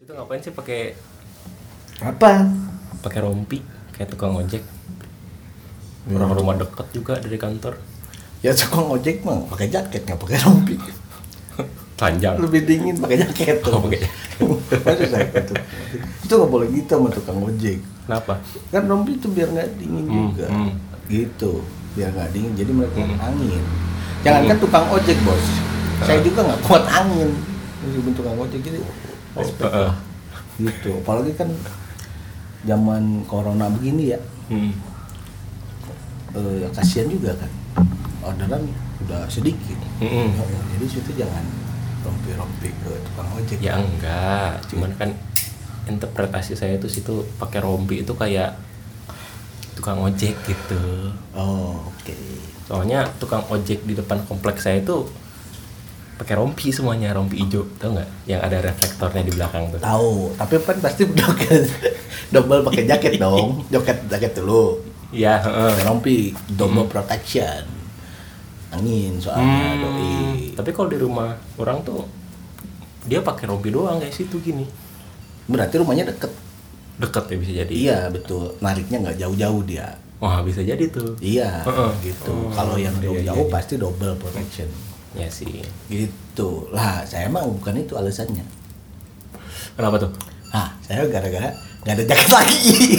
Itu ngapain sih pakai Apa? pakai rompi kayak tukang ojek? Orang rumah deket juga dari kantor. Ya tukang ojek mah pakai jaket nggak pakai rompi. Panjang. Lebih dingin pakai jaket tuh. Oh, pakai Maksud saya itu. Itu nggak boleh gitu sama tukang ojek. Kenapa? Kan rompi itu biar nggak dingin juga. Gitu. Biar nggak dingin. Jadi mereka angin. Jangankan tukang ojek bos. Saya juga nggak kuat angin. Meskipun tukang ojek gitu. Respect lah. Gitu. Apalagi kan zaman corona begini ya. Ya kasihan juga kan. Orderan udah sedikit. Jadi situ jangan rompi-rompi ke tukang ojek. Ya enggak, cuman kan interpretasi saya itu situ pakai rompi itu kayak tukang ojek gitu. Oh, oke. Soalnya tukang ojek di depan kompleks saya itu pakai rompi semuanya, rompi hijau, tau nggak? Yang ada reflektornya di belakang tuh. Tahu, tapi kan pasti double pakai jaket dong. Jaket dulu. Iya, Pakai rompi, double protection. Angin soalnya doi. Tapi kalau di rumah orang tuh dia pakai rompi doang kayak situ gini. Berarti rumahnya deket. Deket ya bisa jadi. Iya, betul. Nariknya nggak jauh-jauh dia. Wah, bisa jadi tuh. Iya, gitu. Kalau yang jauh-jauh pasti double protection. Ya sih. Gitu. Lah, saya emang bukan itu alasannya. Kenapa tuh? Saya gara-gara nggak ada jaket lagi.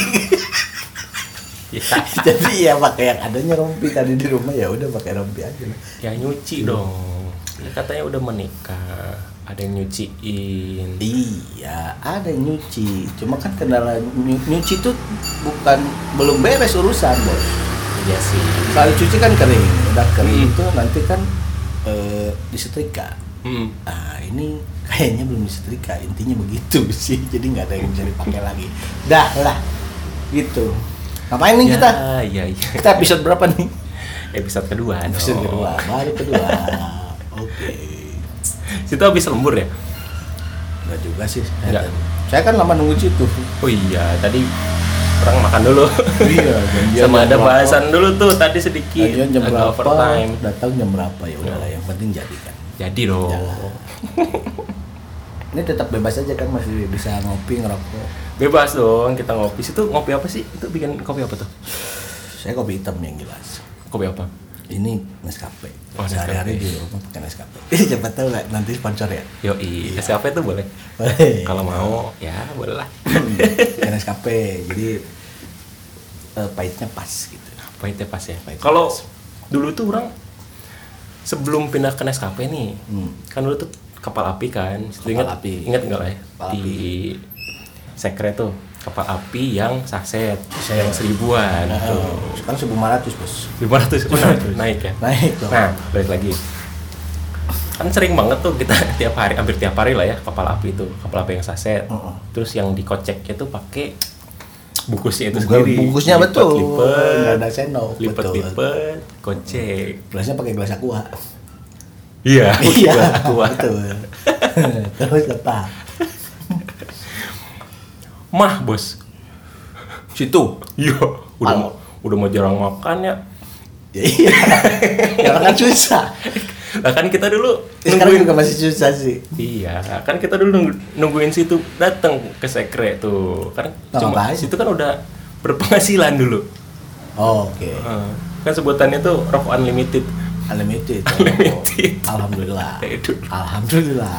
Ya, Jadi ya pakai yang adanya rompi tadi di rumah, ya udah pakai rompi aja lah. ya nyuci dong. Ya katanya udah menikah, ada yang nyuciin. Iya, ada yang nyuci. Cuma kan kendala nyuci tuh belum beres urusan, bos. Iya sih. Kalau cuci kan kering, udah kering itu nanti kan disetrika. Ini kayaknya belum disetrika, intinya begitu sih. Jadi nggak ada yang bisa dipakai lagi. Dah lah, gitu. Ngapain nih kita? Iya. Kita episode berapa nih? Episode kedua. Episode kedua, baru kedua. Oke. Situ habis lembur ya? Enggak juga sih. Enggak. Saya kan lama nunggu situ. Oh iya, tadi orang makan dulu. Iya, janjian Sama jam ada berapa? bahasan dulu tuh tadi sedikit. Janjian jam agak berapa? overtime. Datang jam berapa, ya udahlah, yang penting jadi kan. Jadi dong. Jalan. Ini tetap bebas aja kan, masih bisa ngopi, ngerokok. Bebas dong kita ngopi. Situ ngopi apa sih? Itu bikin kopi apa tuh? Saya kopi hitam yang jelas. Kopi apa? Ini Nescafe. Oh, Sehari-hari Nescafe. di rumah pakai Nescafe. Siapa tahu nggak nanti sponsor ya. Yoi, Nescafe tuh boleh. Boleh. Kalau mau, ya boleh lah. Pakai Nescafe. Jadi pahitnya pas gitu. Pahitnya pas ya. Pahitnya Kalau pas. dulu tuh orang sebelum pindah ke Nescafe nih, kan dulu tuh kapal api kan. Kapal api. Ingat nggak lah ya? Kapal Di api. Sekre tuh kapal api yang saset, yang 1000-an tuh. Sekarang 1.500 bos. 500 naik ya. Naik dong. Nah, balik lagi. Kan sering banget tuh kita hampir tiap hari lah ya kapal api yang saset. Terus yang dikoceknya tuh pakai bungkusnya itu sendiri. Bungkusnya betul. Lipet, Nggak ada sendok. lipet, kocek. Gelasnya pakai gelas aqua. Iya, Aqua. Betul. Terus apa? Mah, bos. Situ. Iya, udah mau jarang makan ya. Ya, iya. Ya kan susah. Lah kan kita dulu Sekarang juga masih susah sih. Iya, kan kita dulu nungguin situ datang ke Sekre tuh. Kan cuma ngapain? situ kan udah berpenghasilan dulu. Oh, oke. Kan sebutannya tuh rokok unlimited. Unlimited. Unlimited. Alhamdulillah. Aduh. Alhamdulillah.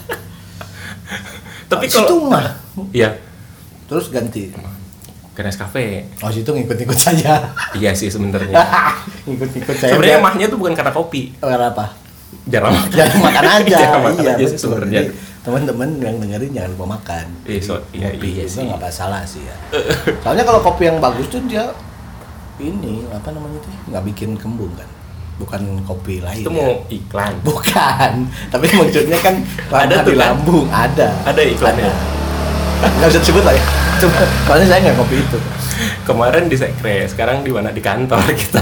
Tapi situ kalau mah. iya, Terus ganti. ke Nescafe. Oh, situ ngikut-ngikut saja. Iya sih sebenarnya. Ngikut-ngikut saya. Sebenarnya mahnya tuh bukan karena kopi. Karena apa? Jarang makan. Jangan makan aja. Jarang makan Iya, aja sih betul. sebenarnya. Jadi, teman-teman yang dengerin jangan lupa makan. Iya, Kopi iya juga sih. nggak masalah sih ya. Soalnya kalau kopi yang bagus tuh dia ini apa namanya tuh nggak bikin kembung kan. Bukan kopi lain. Itu mau iklan. Bukan. Tapi maksudnya kan Ada tuh di kan? lambung ada. Ada iklannya. Nggak usah disebut lah ya. Cuma soalnya saya nggak kopi itu. Kemarin di Sekre, sekarang di mana? Di kantor kita.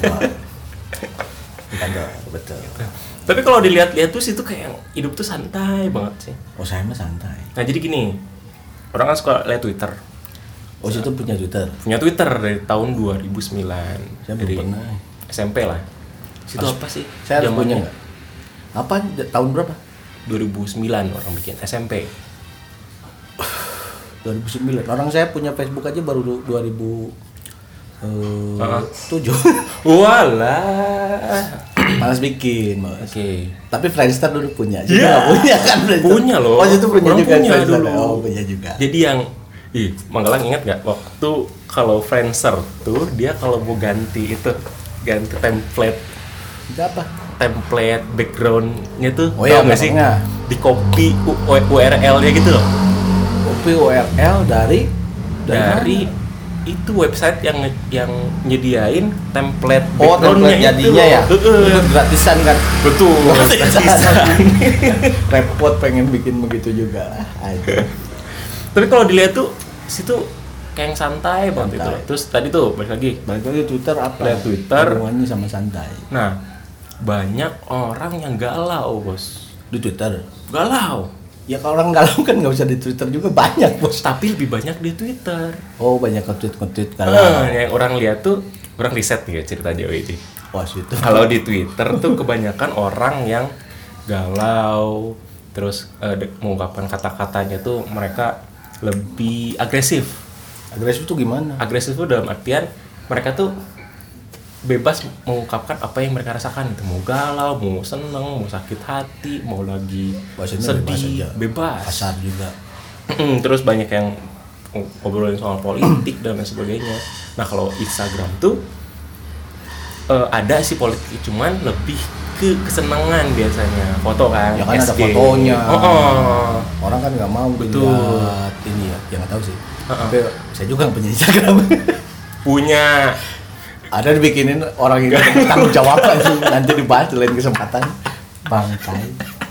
Di kantor, betul. Tapi kalau dilihat-lihat tuh situ kayak hidup tuh santai banget sih. Oh, saya mah santai. Nah jadi gini, orang kan suka lihat Twitter. Oh, situ punya Twitter. Punya Twitter dari tahun 2009. Saya Dari belum pernah. SMP lah. Situ apa sih? Saya harus punya Zamannya nggak? Apa tahun berapa? 2009 orang bikin SMP. 2009. Orang saya punya Facebook aja baru 2007. Walah. Malas bikin, Mas. Oke. Tapi Friendster dulu punya. Iya. Nggak punya kan Friendster? Punya loh. Oh, itu punya Orang juga punya Friendster. dulu. Oh, punya juga. Jadi yang Manggalang ingat nggak waktu kalau Friendster tuh dia kalau mau ganti template Itu apa? template backgroundnya tuh Oh iya, tau nggak sih belakangnya. di copy URL-nya gitu loh Copy URL dari itu website yang nyediain template Oh, template backgroundnya jadinya ya? Heeh. Itu gratisan kan? Betul. Gratisan. Repot pengen bikin begitu juga. Aduh. Tapi kalau dilihat tuh situ kayak yang santai banget itu. Santai. Terus tadi tuh balik lagi. Balik lagi Twitter apa? Lihat Twitter. Hubungannya sama santai. Nah, banyak orang yang galau, Bos. Di Twitter. Galau. Ya kalau orang galau kan nggak usah di Twitter juga, banyak bos. Tapi lebih banyak di Twitter. Oh, banyak nge-tweet galau. Yang orang lihat tuh, orang riset nih ya cerita Jawa ini. Wah, itu. Kalau di Twitter tuh kebanyakan orang yang galau, terus mengungkapkan kata-katanya tuh mereka lebih agresif. Agresif tuh gimana? Agresif tuh dalam artian mereka tuh bebas mengungkapkan apa yang mereka rasakan, itu mau galau, mau seneng, mau sakit hati, mau lagi Bahasanya sedih, bebas. Kasar juga. Terus banyak yang ngobrolin soal politik dan lain sebagainya. Nah kalau Instagram tuh ada sih politik, cuman lebih ke kesenangan biasanya, foto kan, Ya kan ada SG. fotonya. Oh. Orang kan nggak mau Betul. lihat ini ya, yang nggak tahu sih. Uh-uh. Tapi saya juga nggak punya Instagram. Punya. Ada dibikinin orang yang tanggung jawab nanti dibahas di lain kesempatan. Bangkai.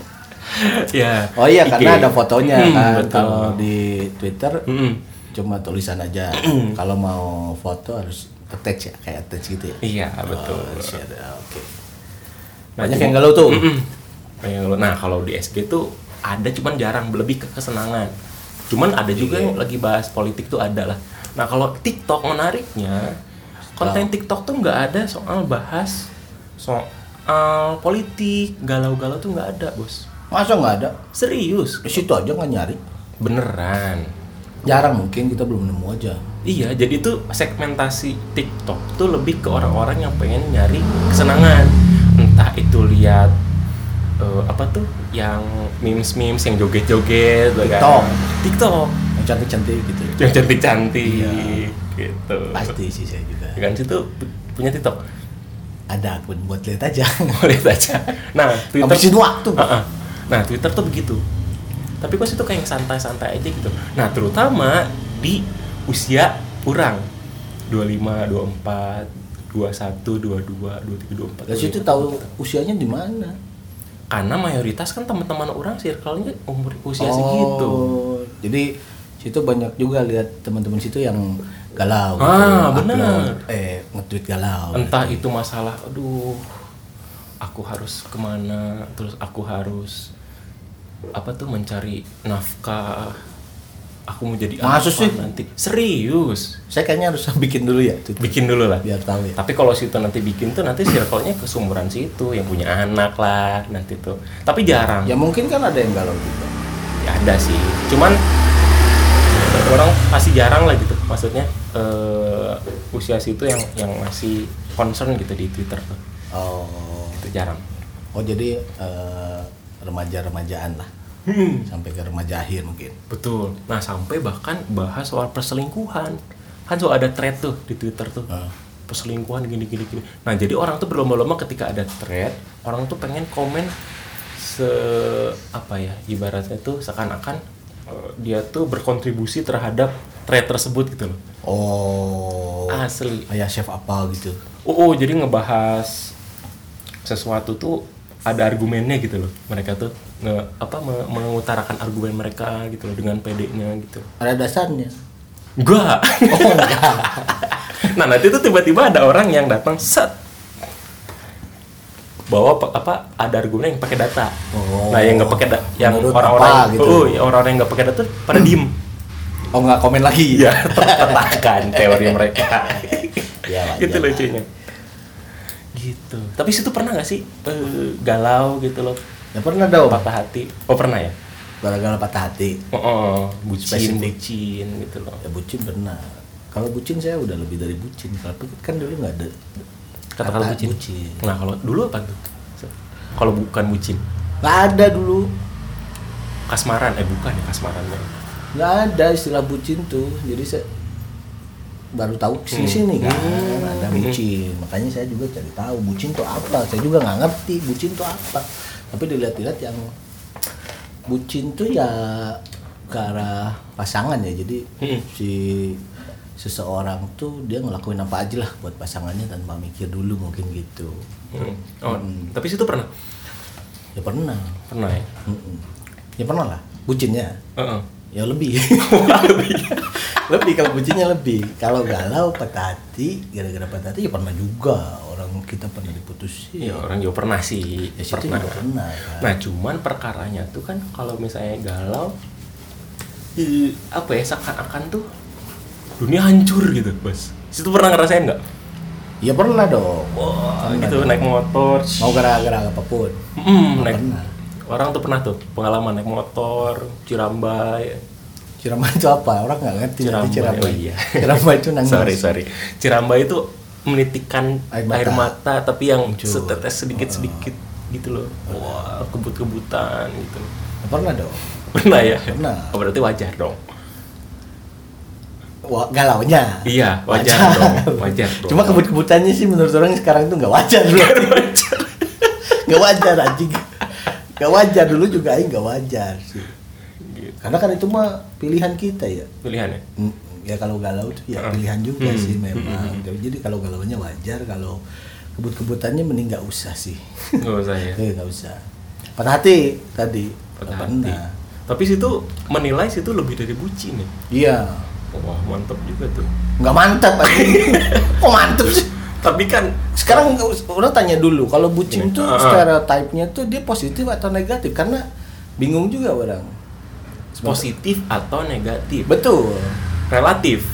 Ya. Oh iya, IG. karena ada fotonya kan. Betul. Kalau di Twitter cuma tulisan aja. Kalau mau foto harus attach ya, kayak attach gitu ya. Iya, betul. Oh, share. Oke. Nah, Banyak jadi- yang galau tuh. Banyak yang galau. Nah, kalau di SG tuh ada cuman jarang, lebih ke kesenangan. Cuman ada juga yang lagi bahas politik tuh ada lah. Nah, kalau TikTok menariknya, konten TikTok tuh nggak ada soal bahas soal politik, galau-galau tuh nggak ada, Bos. Masa nggak ada? Serius. Di situ aja nggak nyari. Beneran. Jarang, mungkin kita belum nemu aja. Iya, jadi tuh segmentasi TikTok tuh lebih ke orang-orang yang pengen nyari kesenangan. Entah itu lihat apa tuh yang memes-memes yang joget-joget TikTok. TikTok Yang cantik-cantik gitu. yang cantik-cantik Iya. gitu. Pasti sih saya juga. Ya kan situ punya TikTok. Ada akun buat lihat aja. Lihat aja. Nah, Twitter Habisin waktu. Nah, Twitter tuh begitu. Tapi kok situ kayak yang santai-santai aja gitu. Nah, terutama di usia kurang 25, 24, 21, 22, 23, 24. Dari situ tahu usianya di mana? Karena mayoritas kan teman-teman orang circle-nya umur usia segitu. Jadi situ banyak juga lihat teman-teman situ yang galau. Benar. Nge-tweet galau. Entah itu masalah, aduh, aku harus kemana, terus aku harus apa tuh mencari nafkah. Aku mau jadi Masa apa sih? nanti? Serius. Saya kayaknya harus bikin dulu ya. Tweet. Bikin dulu lah. Biar tahu ya. Tapi kalau situ nanti bikin tuh nanti circle-nya ke sumuran situ yang punya anak lah nanti tuh. Tapi jarang. Ya mungkin kan ada yang galau juga. Ya ada sih. Cuman orang pasti jarang lah gitu. Maksudnya usia situ yang masih concern gitu di Twitter tuh. Oh. Itu jarang. Oh jadi remaja-remajaan lah. Sampai ke remaja akhir mungkin. Betul. Nah, sampai bahkan bahas soal perselingkuhan. Kan so ada thread tuh di Twitter tuh. Perselingkuhan gini. Nah, jadi orang tuh berlomba-lomba ketika ada thread, orang tuh pengen komen ibaratnya tuh seakan-akan dia tuh berkontribusi terhadap thread tersebut gitu loh. Oh. Asli. Kayak chef apa gitu. Jadi ngebahas sesuatu tuh ada argumennya gitu loh. Mereka tuh mengutarakan argumen mereka gitu loh dengan PD-nya gitu. Ada dasarnya. Enggak. Oh enggak. Nah, nanti tuh tiba-tiba ada orang yang datang set bawa ada argumen yang pakai data. Oh. Nah, yang nggak pakai yang Menurut orang-orang apa, gitu. orang-orang yang nggak pakai data tuh pada diem. Oh enggak komen lagi. Iya, tertekan teori mereka. Ya, Gitu wajar. lucunya. Gitu. Tapi situ pernah nggak sih galau gitu loh? Ya pernah dong. Patah hati. Oh, pernah ya? gara-gara patah hati. Bucin Spesifik. gitu loh. Ya bucin benar. Kalau bucin saya udah lebih dari bucin. Kalau kan dulu nggak ada Kata-kata bucin. Nah, kalau dulu apa tuh? Kalau bukan bucin, nggak ada dulu. kasmaran. Bukan ya kasmaran. Nggak ada istilah bucin tuh. Jadi saya baru tahu sini kan ada bucin. Makanya saya juga cari tahu bucin tuh apa. Saya juga nggak ngerti bucin tuh apa. Tapi dilihat-lihat yang bucin tuh ya ke arah pasangan ya. Jadi si seseorang tuh dia ngelakuin apa aja lah buat pasangannya tanpa mikir dulu mungkin gitu. Tapi situ pernah? Ya pernah. Pernah ya? Ya pernah lah. Bucinnya. Ya lebih. Lebih kalau bucinnya lebih. Kalau galau patah hati, gara-gara patah hati ya pernah juga. Orang kita pernah diputusin. Ya orang juga pernah sih. Ya situ juga pernah kan. Nah cuman perkaranya tuh kan kalau misalnya galau, apa ya, seakan-akan tuh dunia hancur gitu, Bos. Situ pernah ngerasain nggak? Ya pernah dong. Wah, gitu naik motor. Mau gara-gara apapun. Naik. Pernah. Orang tuh pernah tuh pengalaman naik motor, Cirambai. Cirambai itu apa? Orang nggak ngerti. Cirambai. Oh iya. Cirambai itu nangis. sorry. Cirambai itu menitikkan air mata tapi yang Hancur. setetes sedikit-sedikit gitu loh. Wah, kebut-kebutan gitu. Pernah dong. Pernah ya? Pernah. Oh, berarti wajar dong. Wah, galaunya. Iya, wajar dong. Cuma kebut-kebutannya sih menurut orang sekarang itu nggak wajar dulu. Nggak wajar anjing. Nggak wajar dulu juga aing nggak wajar sih. Gitu. Karena kan itu mah pilihan kita ya. Pilihannya. Ya kalau galau tuh ya pilihan juga sih memang. Jadi kalau galaunya wajar, kalau kebut-kebutannya mending nggak usah sih. Nggak usah ya. Nggak usah. Patah hati tadi. Patah Pernah. hati. Tapi situ menilai situ lebih dari bucin ya. Iya. Wah, mantap juga tuh. Nggak mantap anjing. Kok mantap sih? Tapi kan Sekarang orang tanya dulu, kalau bucin Ini. tuh stereotipnya tuh dia positif atau negatif? Karena bingung juga orang. positif atau negatif? Betul. Relatif.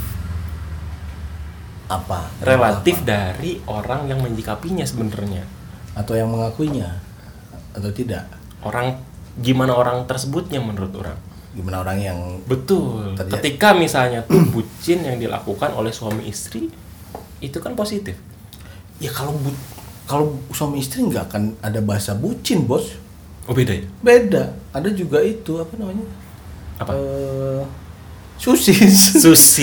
Apa? Relatif Apa? dari orang yang menyikapinya sebenarnya. Atau yang mengakuinya atau tidak? Gimana orang tersebutnya menurut orang? Gimana orang yang Betul. Terjadi. Ketika misalnya tuh bucin yang dilakukan oleh suami istri itu kan positif. ya kalau suami istri nggak akan ada bahasa bucin, Bos. Oh, beda ya? Beda. Ada juga itu apa namanya? Apa? Susis.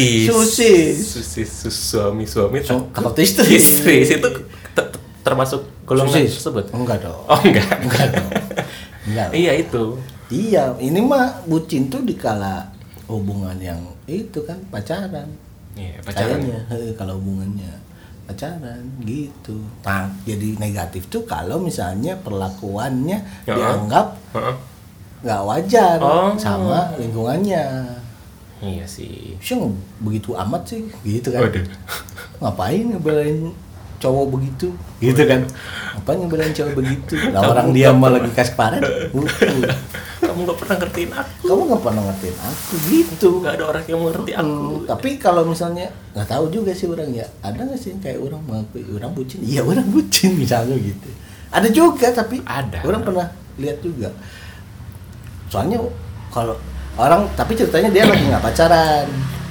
Suami Kalau istri itu termasuk golongan Susis. tersebut. Enggak dong. Oh, enggak. Enggak dong. Enggak. Iya itu. Iya, ini mah bucin tuh dikala hubungan yang itu kan pacaran. Iya, pacaran. Kayaknya kalau hubungannya pacaran gitu. Nah, jadi negatif tuh kalau misalnya perlakuannya dianggap nggak wajar sama lingkungannya. Iya sih. Siapa begitu amat sih, gitu kan? Waduh. Ngapain ngebelain cowok begitu, gitu kan? Ngapain ngebelain cowok begitu? Lah orang dia mah lagi kasparan. Kamu nggak pernah ngertiin aku. Kamu nggak pernah ngertiin aku, gitu. Nggak ada orang yang mengerti aku. Tapi kalau misalnya nggak tahu juga sih orang ya, ada nggak sih yang kayak orang mengakui orang bucin? Iya orang bucin misalnya gitu. Ada juga tapi Ada. orang pernah lihat juga. Soalnya kalau orang tapi ceritanya dia lagi nggak pacaran.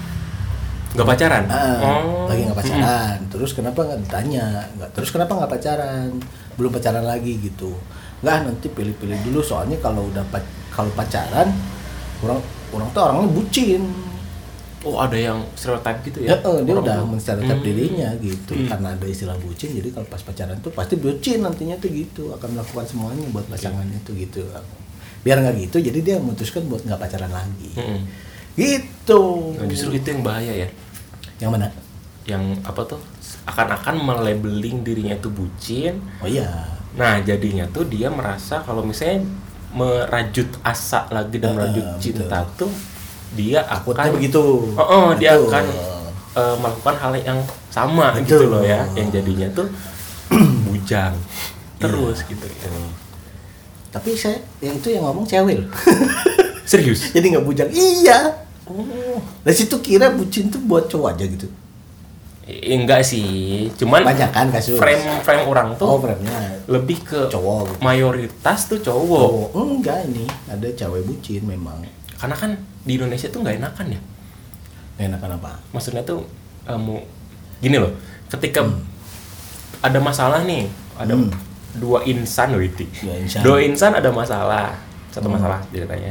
Nggak pacaran? Lagi nggak pacaran. Terus kenapa nggak ditanya? Terus kenapa nggak pacaran? Belum pacaran lagi gitu. Nggak, nanti pilih-pilih dulu soalnya kalau kalau pacaran orang tuh orangnya bucin. Oh, ada yang stereotip gitu ya? Dia udah menstereotip dirinya gitu. Karena ada istilah bucin, jadi kalau pas pacaran tuh pasti bucin nantinya tuh gitu, akan melakukan semuanya buat pasangannya tuh gitu. Biar nggak gitu, jadi dia memutuskan buat nggak pacaran lagi. Gitu. Nah, justru itu yang bahaya ya. Yang mana? Yang apa tuh? Akan-akan melabeling dirinya itu bucin. Oh iya. Nah, jadinya tuh dia merasa kalau misalnya merajut asa lagi dan merajut cinta tuh dia Takutnya akan begitu. Dia Betul. akan melakukan hal yang sama Betul. gitu loh ya, yang jadinya tuh bujang terus gitu. Tapi saya yang itu yang ngomong cewek loh. Serius? Jadi nggak bujang. Iya. Dari situ kira bucin tuh buat cowok aja gitu. Enggak sih, cuman banyak kan kasus. Frame orang tuh frame-nya lebih ke cowok gitu. Mayoritas tuh cowok. Enggak, ini ada cewek bucin memang. Karena kan di Indonesia tuh nggak enakan ya. Nggak enakan apa? Maksudnya tuh gini loh, ketika ada masalah nih, ada dua insan ada masalah, satu masalah ceritanya.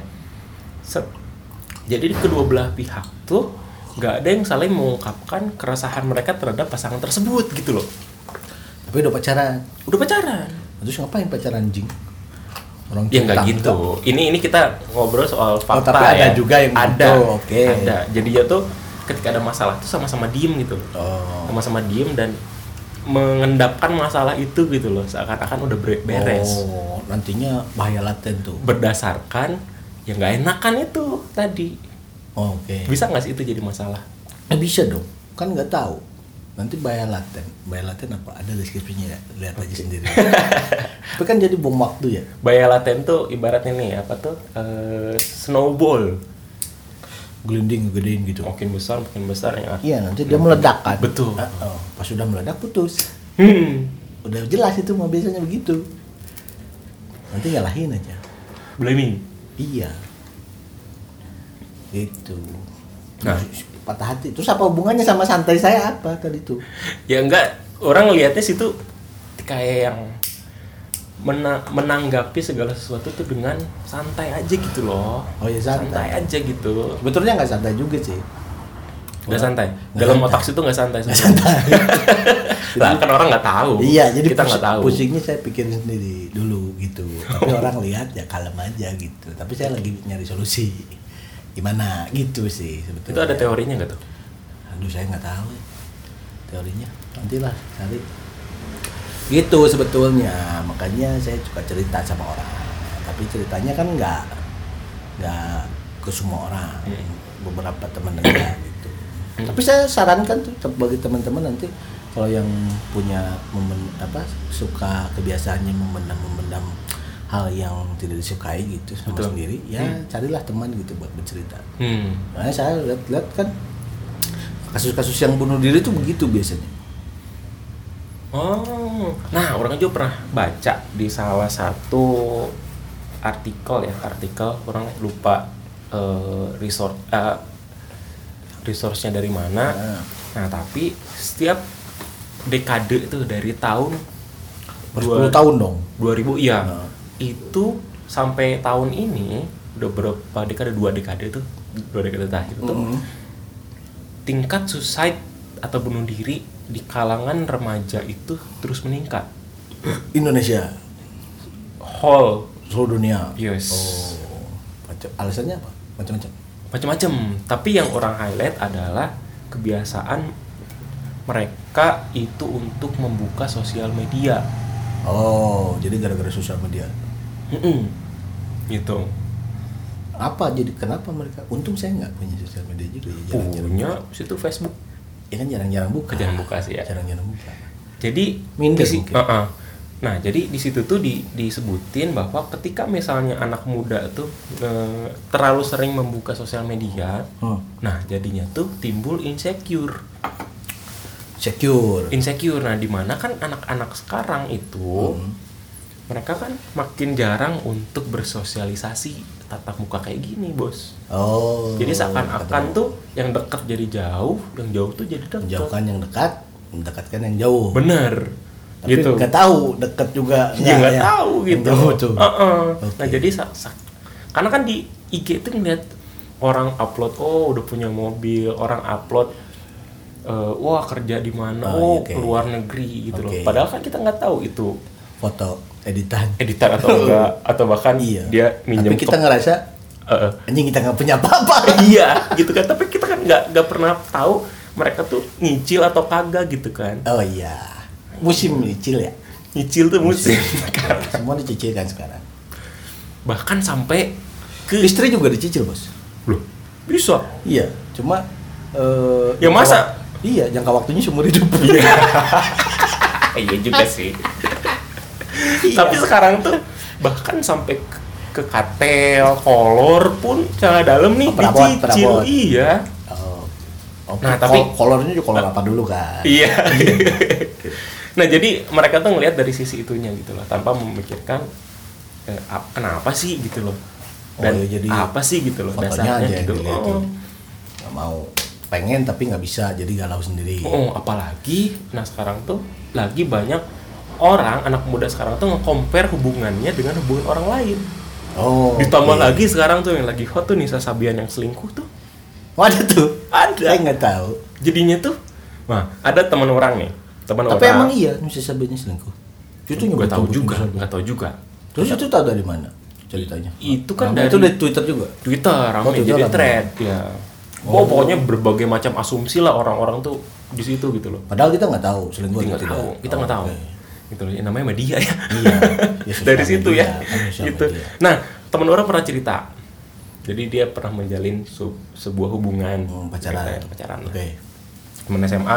Jadi kedua belah pihak tuh nggak ada yang saling mengungkapkan keresahan mereka terhadap pasangan tersebut gitu loh. Tapi udah pacaran. Terus ngapain pacaran anjing? Orang ya nggak gitu. Ini kita ngobrol soal fakta. Tapi ada ya. juga yang ada. Oke. Ada. Jadi ya tuh ketika ada masalah tuh sama-sama diem gitu. Sama-sama diem dan mengendapkan masalah itu gitu loh. Seakan-akan udah beres. Nantinya bahaya laten tuh. Berdasarkan ya nggak enakan itu tadi. Oke. Bisa nggak sih itu jadi masalah? Bisa dong. Kan nggak tahu. Nanti bahaya laten. Bahaya laten apa? Ada deskripsinya ya. Lihat aja sendiri. Tapi kan jadi bom waktu ya. Bahaya laten tuh ibaratnya nih apa tuh? Snowball. Gelinding gedein gitu. Makin besar ya. Iya, nanti dia meledak kan. Betul. Pas sudah meledak putus. Udah jelas itu mah biasanya begitu. Nanti nyalahin aja. Blaming. Iya. Itu. Nah, patah hati. Terus apa hubungannya sama santai saya apa tadi tuh? Ya enggak, orang lihatnya situ kayak yang menanggapi segala sesuatu tuh dengan santai aja gitu loh. Oh ya santai aja gitu. Sebetulnya nggak santai juga sih. Nggak santai. Dalam otak situ nggak santai. Lah kan orang nggak tahu. Iya, jadi kita nggak tahu. Pusingnya saya pikirin sendiri dulu gitu. Tapi orang lihat ya kalem aja gitu. Tapi saya lagi nyari solusi. Gimana gitu sih sebetulnya. Itu ada teorinya nggak tuh? Aduh saya nggak tahu teorinya. Nantilah cari. Gitu sebetulnya. Makanya saya suka cerita sama orang. Tapi ceritanya kan nggak ke semua orang. Beberapa teman dengar gitu. Tapi saya sarankan tuh bagi teman-teman nanti kalau yang punya suka kebiasaannya memendam hal yang tidak disukai gitu sama sendiri, ya carilah teman gitu buat bercerita. Makanya saya lihat kan kasus-kasus yang bunuh diri itu begitu biasanya. Nah orang juga pernah baca di salah satu artikel orang lupa resource-nya dari mana. Nah tapi setiap dekade itu dari tahun 10 tahun dong. 2000 iya. Itu sampai tahun ini udah berapa dekade, 2 dekade terakhir tuh tingkat suicide atau bunuh diri di kalangan remaja itu terus meningkat. Indonesia, seluruh dunia. Yes. Alasannya apa? Macam-macam. Tapi yang orang highlight adalah kebiasaan mereka itu untuk membuka sosial media. Jadi gara-gara sosial media. Gitu. Kenapa mereka? Untung saya nggak punya sosial media juga ya. Punya situ Facebook. Ya kan jarang-jarang buka. Jarang buka sih ya. Jarang-jarang buka. Jadi minder mungkin. Nah, jadi di situ tuh disebutin bahwa ketika misalnya anak muda tuh terlalu sering membuka sosial media, nah jadinya tuh timbul insecure. Nah, di mana kan anak-anak sekarang itu mereka kan makin jarang untuk bersosialisasi tatap muka kayak gini, Bos. Jadi seakan-akan tuh yang dekat jadi jauh, yang jauh tuh jadi dekat. Menjauhkan yang dekat, mendekatkan yang jauh. Bener. Tapi gitu. Nggak tahu dekat juga. Nggak tahu gitu. Tuh. Okay. Nah jadi karena kan di IG itu ngeliat orang upload, udah punya mobil, orang upload, wah kerja di mana, keluar negeri gitu loh. Padahal kan kita nggak tahu itu foto editan atau enggak, atau bahkan dia minjem. Tapi kita ngerasa anjing kita nggak punya apa-apa. Iya gitu kan. Tapi kita kan nggak pernah tahu mereka tuh nyicil atau kagak gitu kan. Oh iya. Musim nyicil ya. Nyicil tuh musim. Semua dicicil kan sekarang. Bahkan sampai ke istri juga dicicil, Bos. Loh, bisa? Iya, cuma ya masa? Iya, jangka waktunya seumur hidup. Iya juga sih. Tapi sekarang tuh bahkan sampai ke katel, kolor pun celana dalam nih dicicil. Iya. Nah, tapi kolornya juga kolor apa dulu kan? Iya. Nah, jadi mereka tuh ngelihat dari sisi itunya gitu loh, tanpa memikirkan kenapa sih gitu loh. Dan jadi apa sih gitu loh dasarnya aja gitu. Nggak mau, pengen tapi nggak bisa, jadi galau sendiri. Apalagi nah sekarang tuh lagi banyak orang anak muda sekarang tuh nge-compare hubungannya dengan hubungan orang lain. Ditambah lagi sekarang tuh yang lagi hot tuh Nisa Sabian yang selingkuh tuh. Ada tuh. Ada. Saya nggak tahu. Jadinya tuh, ada teman orang nih. Tapi emang iya Nisa Sabian selingkuh. Itu nggak tahu juga. Terus itu tahu dari mana ceritanya? Itu kan itu dari Twitter juga. Twitter ramai jadi thread ya. Pokoknya berbagai macam asumsi lah orang-orang tuh di situ gitu loh. Padahal kita nggak tahu selingkuh atau tidak. Kita nggak tahu. Gitu loh. Namanya media ya. Iya. Dari situ ya. Gitu. Nah, teman orang pernah cerita. Jadi dia pernah menjalin sebuah hubungan pacaran. Teman SMA.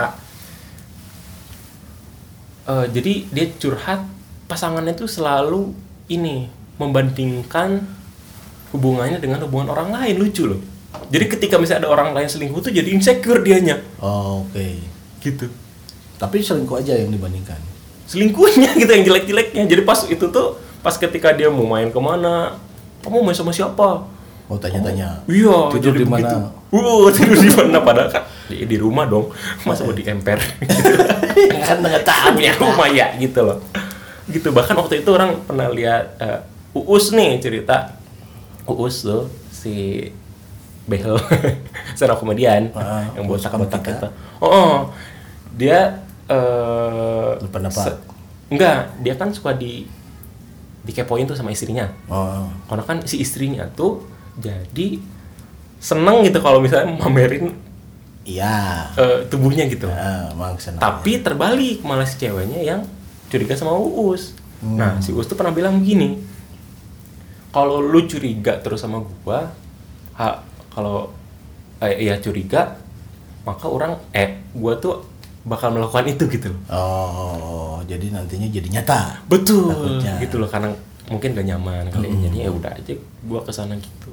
Jadi dia curhat pasangannya tuh selalu membandingkan hubungannya dengan hubungan orang lain. Lucu loh. Jadi ketika misalnya ada orang lain selingkuh tuh jadi insecure dianya. Gitu. Tapi selingkuh aja yang dibandingkan. Selingkuhnya gitu yang jelek-jeleknya. Jadi pas ketika dia mau main kemana, kamu main sama siapa? Tanya-tanya. Iya, tidur di mana? Tidur di mana padahal kan di rumah dong. Masa mau di emper. Kan enggak tahu punya rumah ya gitu loh. Gitu, bahkan waktu itu orang pernah lihat Uus nih cerita. Uus tuh si Behel stand up komedian yang botak-botak itu. Dia pendapat. Enggak, dia kan suka dikepoin tuh sama istrinya. Karena kan si istrinya tuh jadi seneng gitu kalau misalnya mamerin tubuhnya gitu. Tapi terbalik malah si ceweknya yang curiga sama Uus. Nah, si Uus tuh pernah bilang begini. Kalau lu curiga terus sama gua, kalau curiga, maka gua tuh bakal melakukan itu gitu loh. Jadi nantinya jadi nyata. Betul. Takutnya. Gitu loh, karena mungkin gak nyaman kali jadi ya udah aja gua kesana gitu.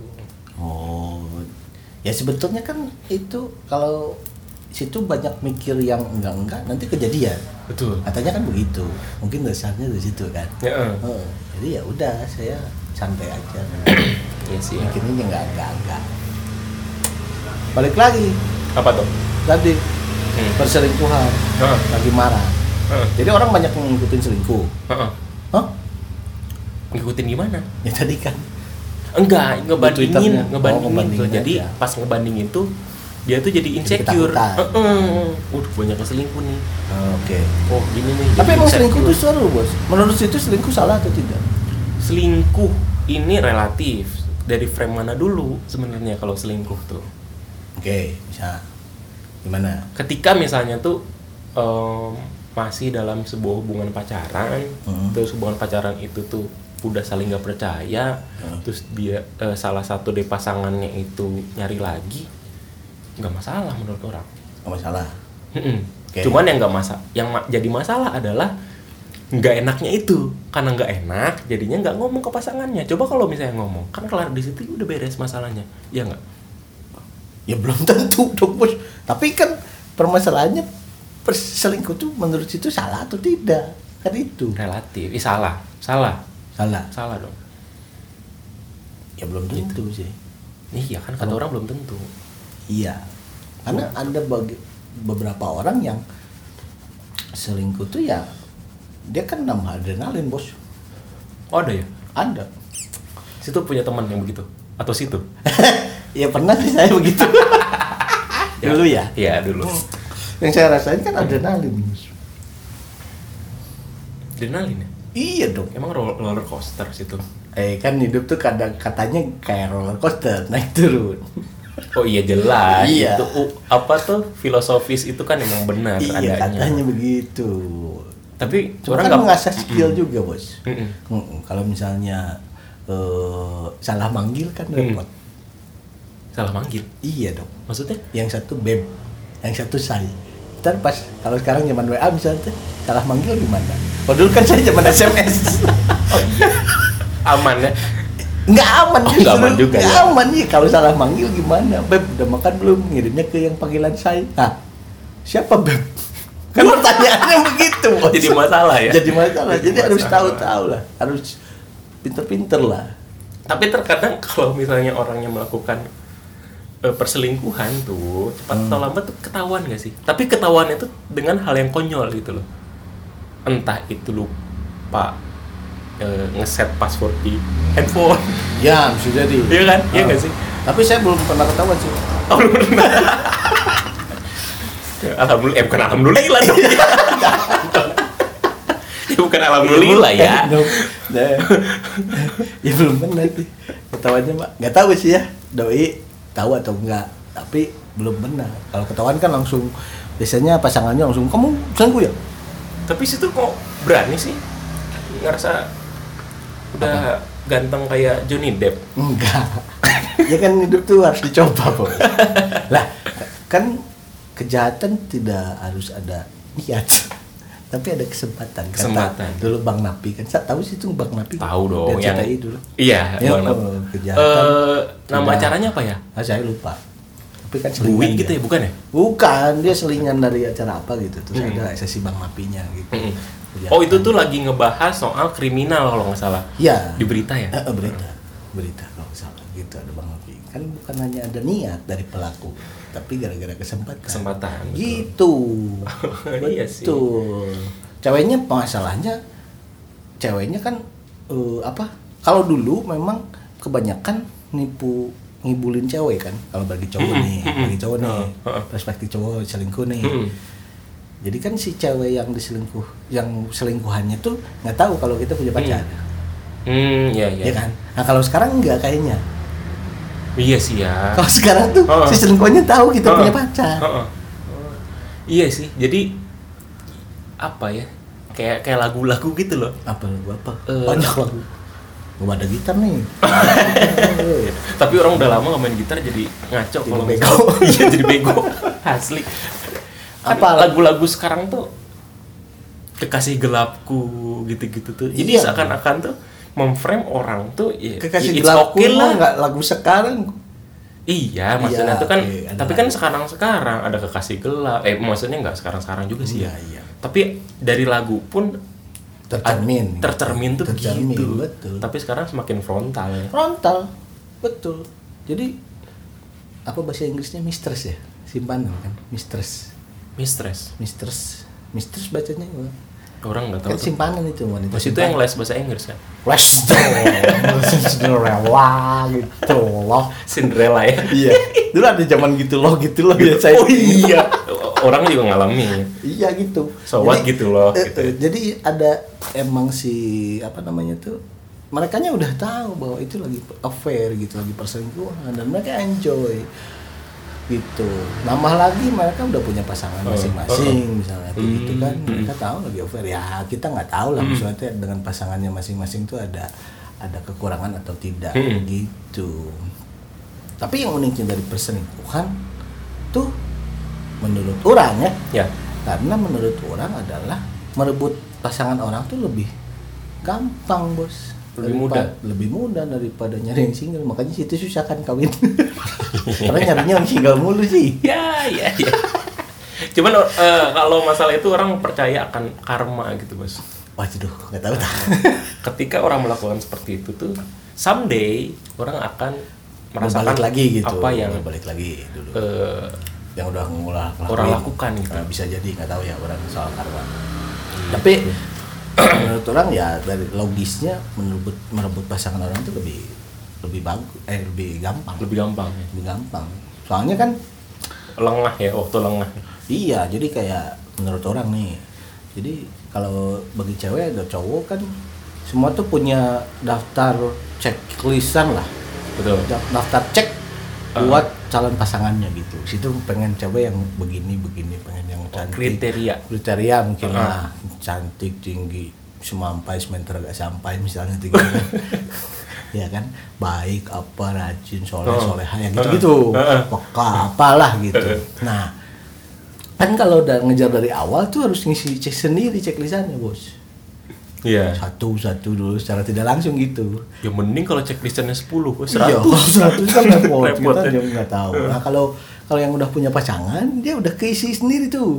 Ya sebetulnya kan itu kalau situ banyak mikir yang enggak nanti kejadian. Betul. Katanya kan begitu. Mungkin dasarnya dari situ kan. Jadi ya udah saya santai aja. Iya sih. Mikirnya enggak. Balik lagi. Apa tuh? Tadi perselingkuhan. Lagi marah. Jadi orang banyak ngikutin selingkuh. Ngikutin gimana? Ya tadi kan. Enggak, ngebandingin tuh. Jadi aja. Pas ngebandingin tuh dia tuh jadi insecure. Banyak selingkuh nih. Gini nih. Tapi emang selingkuh itu seru, Bos. Menurut situ selingkuh salah atau tidak? Selingkuh ini relatif. Dari frame mana dulu sebenarnya kalau selingkuh tuh? Bisa. Gimana? Ketika misalnya tuh masih dalam sebuah hubungan pacaran, terus hubungan pacaran itu tuh udah saling gak percaya, terus dia salah satu dari pasangannya itu nyari lagi, nggak masalah menurut orang. Nggak masalah. Cuman yang jadi masalah adalah nggak enaknya itu, karena nggak enak jadinya nggak ngomong ke pasangannya. Coba kalau misalnya ngomong, kan kelar di situ udah beres masalahnya, ya nggak? Ya belum tentu dong, Bos. Tapi kan permasalahannya selingkuh tuh menurut situ salah atau tidak? Kan itu relatif. Salah dong. Ya belum tentu gitu sih. Iya kan kata orang belum tentu. Iya. Karena ada beberapa orang yang selingkuh tuh ya dia kan nambah adrenalin, Bos. Ada ya? Ada. Situ punya teman yang begitu atau situ? Ya pernah sih saya begitu. Dulu ya? Iya, dulu. Yang saya rasain kan adrenalin, Bos. Adrenalin ya? Iya dong. Emang roller coaster situ. Kan hidup tuh katanya kayak roller coaster, naik turun. Oh iya jelas. Iya. Itu apa tuh filosofis itu kan emang benar adanya. Iya katanya begitu. Tapi orang nggak mengasah skill juga, Bos. Kalau misalnya salah manggil kan repot. Salah manggil? Iya dong. Maksudnya? Yang satu beb, yang satu say. Ntar pas kalau sekarang zaman WA misalnya salah manggil gimana? Dulu kan saya zaman SMS. Aman ya. Nggak aman. Nggak aman juga nggak ya. aman nih kalau salah manggil gimana? Beb udah makan belum? Ngirimnya ke yang panggilan saya. Nah, siapa Beb? Kan pertanyaannya begitu. Bos. Jadi masalah ya. Jadi masalah. Jadi harus masalah. tahu lah. Harus pinter-pinter lah. Tapi terkadang kalau misalnya orangnya melakukan perselingkuhan tuh cepat atau lambat tuh ketahuan gak sih? Tapi ketahuannya tuh dengan hal yang konyol gitu loh. Entah itu lupa ngeset password di handphone. Ya, bisa jadi. Iya kan? Iya gak sih? Tapi saya belum pernah ketahuan sih. Oh, belum pernah. Alhamdulillah, bukan alhamdulillah dong. Ya bukan alhamdulillah ya. Ya belum pernah sih. Ketahuannya Pak, nggak tahu sih ya. Doi tahu atau enggak, tapi belum pernah. Kalau ketahuan kan langsung biasanya pasangannya langsung kamu selingkuh ya. Tapi situ kok berani sih ngerasa udah ganteng kayak Johnny Depp. Enggak. Ya kan hidup tuh harus dicoba, Bos. Lah, kan kejahatan tidak harus ada niat. Tapi ada kesempatan. Kesempatan. Kata dulu Bang Napi kan. Saya tahu sih itu Bang Napi. Tahu dong yang yang CTI dulu. Iya, Ya, Bang Nap. kejahatan. Nama tidak- acaranya apa ya? saya lupa. Tapi kan Bui selingan gitu dia. ya, bukan ya? Bukan, dia selingan dari acara apa gitu. Terus ada sesi Bang Napinya gitu. Kejahatan. Oh, itu tuh lagi ngebahas soal kriminal kalau nggak salah. Ya. Di berita ya? Berita kalau nggak salah gitu ada Bang Napi. Kan bukan hanya ada niat dari pelaku, tapi gara-gara kesempatan. Kesempatan. Betul. Gitu. Iya sih. Betul. Ceweknya masalahnya, ceweknya kan apa? Kalau dulu memang kebanyakan ngibulin cewek kan. Kalau bagi cowok nih, bagi cowok nih, perspektif cowok selingkuh nih. Jadi kan si cewek yang selingkuhannya tuh nggak tahu kalau kita punya pacar. Iya. Ya kan? Nah kalau sekarang enggak kayaknya. Iya sih ya. Kalau sekarang tuh si selingkuhannya tahu kita punya pacar. Iya sih. Jadi apa ya? Kayak lagu-lagu gitu loh. Apa lagu apa? Banyak lagu. Gua ada gitar nih. Tapi orang udah lama nggak main gitar jadi ngaco Jadi kalau bego. Iya jadi bego. Asli. Apa lagu-lagu sekarang tuh kekasih gelapku gitu-gitu tuh. Jadi Iya. seakan-akan tuh memframe orang tuh ya, Kekasih it's gelapku okay lah. nggak lagu sekarang. Iya, maksudnya Iya, tuh kan, oke, ada tapi kan sekarang ada kekasih gelap. Maksudnya nggak sekarang juga sih ya. Iya. Tapi dari lagu pun Tercermin tuh Tercermin, gitu. betul. Tapi sekarang semakin frontal ya. Frontal, betul. Jadi apa bahasa Inggrisnya mistress ya? Simpanan kan, mistress bacanya gimana? Orang nggak tahu Kan tuh. simpanan itu wanita. Pas itu yang les bahasa Inggris kan. Cinderella gitu loh. Cinderella ya. Iya. Dulu ada zaman gitu loh ya saya. Oh iya. Orang juga ngalamin. Iya gitu. Sobat gitu loh. Gitu. Jadi ada emang si apa namanya tuh, merekanya udah tahu bahwa itu lagi affair gitu, lagi perselingkuhan dan mereka enjoy gitu. Nambah lagi mereka udah punya pasangan masing-masing misalnya gitu kan. Mereka tahu lagi affair. Ya kita nggak tahu lah maksudnya dengan pasangannya masing-masing tuh ada kekurangan atau tidak gitu. Tapi yang uniknya dari perselingkuhan tuh menurut orang ya, karena menurut orang adalah merebut pasangan orang tuh lebih gampang, Bos. Lebih mudah daripada nyari yang single. Makanya situ susah kan kawin. Karena nyarinya yang single mulu sih. Ya. Cuman kalau masalah itu orang percaya akan karma gitu, Bos. Waduh, nggak tahu. Ketika orang melakukan seperti itu tuh someday orang akan merasakan balik lagi gitu. apa yang balik lagi dulu. Yang udah orang lakukan gitu. Nah, bisa jadi nggak tahu ya orang soal karma. Tapi menurut orang ya dari logisnya merebut pasangan orang itu lebih bagus, lebih gampang. Lebih gampang. Soalnya kan lengah ya, waktu lengah. iya, jadi kayak menurut orang nih. Jadi kalau bagi cewek atau cowok kan semua tuh punya daftar checklistan lah. Betul. Daftar cek buat calon pasangannya gitu. Situ pengen cewek yang begini, pengen yang cantik. Kriteria mungkin lah, cantik, tinggi, semampai, semeter agak sampai misalnya tinggi kan. Ya kan, baik apa, rajin, soleha ya gitu-gitu. Peka apalah gitu. Nah, kan kalau udah ngejar dari awal tuh harus ngisi cek sendiri ceklisannya, Bos. Iya. Satu-satu dulu secara tidak langsung gitu. Ya mending kalau checklistnya 10, 100. Iya, 100 kan repot. Repot, Kita ya. juga nggak tahu. Nah, kalau yang udah punya pasangan, dia udah keisi sendiri tuh.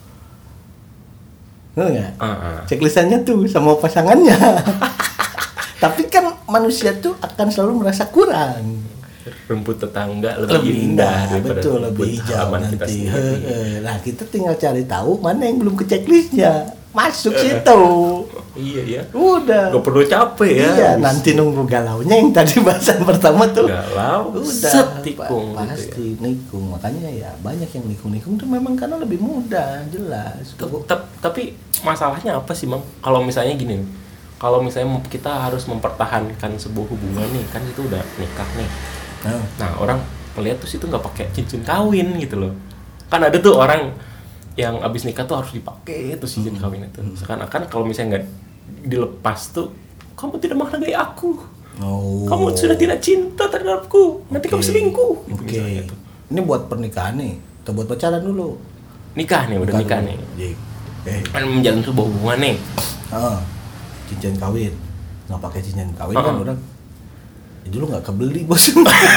Ngerti nggak? Checklistannya tuh sama pasangannya. Tapi kan manusia tuh akan selalu merasa kurang. Rumput tetangga lebih indah daripada betul, rumput lebih hijau halaman kita nanti. sendiri. Nah, kita tinggal cari tahu mana yang belum ke checklistnya. Masuk situ. Iya ya. Udah. Gak perlu capek ya. Iya, nanti nunggu galaunya yang tadi bahasan pertama tuh. Galau, Udah, setikung pasti gitu ya. nikung. Makanya ya banyak yang nikung tuh memang karena lebih mudah, jelas. Tapi masalahnya apa sih, Bang? Kalau misalnya gini, kalau misalnya kita harus mempertahankan sebuah hubungan nih, kan itu udah nikah nih. Nah, orang melihat tuh situ nggak pakai cincin kawin gitu loh. Kan ada tuh orang yang abis nikah tuh harus dipakai tuh cincin kawin itu. Seakan-akan kalau misalnya nggak dilepas tuh, kamu tidak menghargai aku. Kamu sudah tidak cinta terhadapku. Nanti kamu selingkuh. Oke. Ini buat pernikahan nih, atau buat pacaran dulu? Nikah nih, udah nikah nih. Kan menjalin sebuah hubungan nih. Cincin kawin, nggak pakai cincin kawin kan orang. Ya dulu nggak kebeli bos.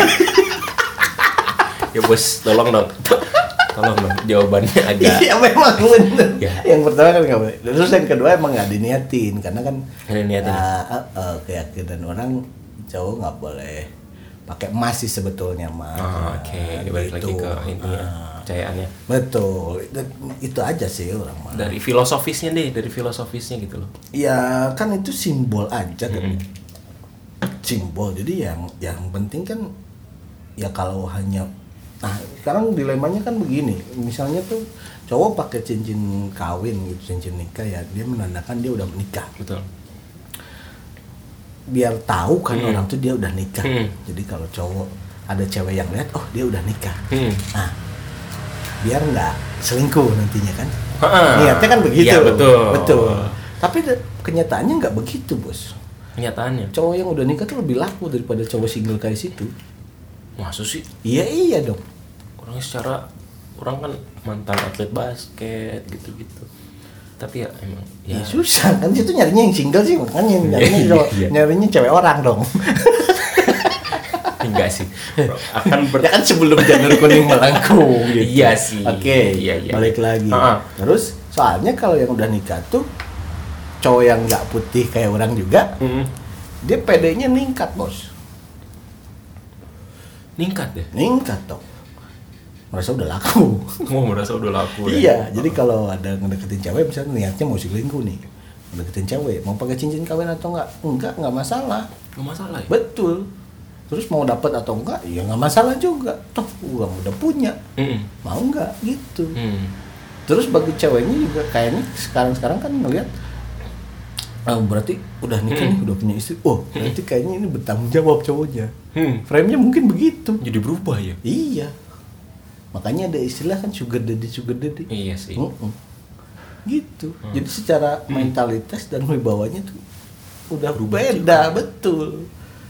Ya bos, tolong dong jawabannya agak. Iya memang bener. Ya. Yang pertama kan nggak boleh. Terus yang kedua emang nggak diniatin karena kan. Niatin. Keyakinan orang cowok nggak boleh pakai emas sih sebetulnya mah. Oke. Balik lagi ke ini ya, kepercayaannya. Betul. Itu aja sih orang mah. Dari filosofisnya gitu loh. Ya kan itu simbol aja kan. Simbol. Jadi yang penting kan ya kalau hanya. Nah sekarang dilemanya kan begini, misalnya tuh cowok pakai cincin kawin gitu, cincin nikah ya, dia menandakan dia udah menikah. Betul. Biar tahu kan orang tuh dia udah nikah. Jadi kalau cowok ada cewek yang lihat, oh dia udah nikah. Nah biar nggak selingkuh nantinya kan. Niatnya kan begitu. Iya betul. Tapi kenyataannya nggak begitu bos. Kenyataannya Cowok yang udah nikah tuh lebih laku daripada cowok single kayak situ. maksud sih? Iya dong. Orang kan mantan atlet basket gitu. Tapi ya emang ya susah kan, situ nyarinya yang single sih, makanya nyarinya cewek orang dong. Enggak sih. Ya kan sebelum janur kuning melengkung gitu. Iya sih. Oke. Iya. Balik lagi. Terus soalnya kalau yang udah nikah tuh cowok yang nggak putih kayak orang juga, dia PD-nya ningkat bos. Ningkat ya? Ningkat dong. Merasa udah laku. Merasa udah laku ya? Iya, jadi kalau ada ngedeketin cewek misalnya niatnya mau selingkuh nih, ngedeketin cewek, mau pakai cincin kawin atau enggak masalah. Nggak masalah ya? Betul. Terus mau dapat atau enggak, ya nggak masalah juga. Toh udah punya, mau nggak gitu. Terus bagi ceweknya juga kayaknya sekarang kan ngelihat, berarti udah nikah nih, udah punya istri. Berarti kayaknya ini bertanggung jawab cowoknya. Frame-nya mungkin begitu. Jadi berubah ya? Iya. Makanya ada istilah kan sugar daddy. Iya sih. Gitu. Jadi secara mentalitas dan wibawanya tuh udah beda, betul.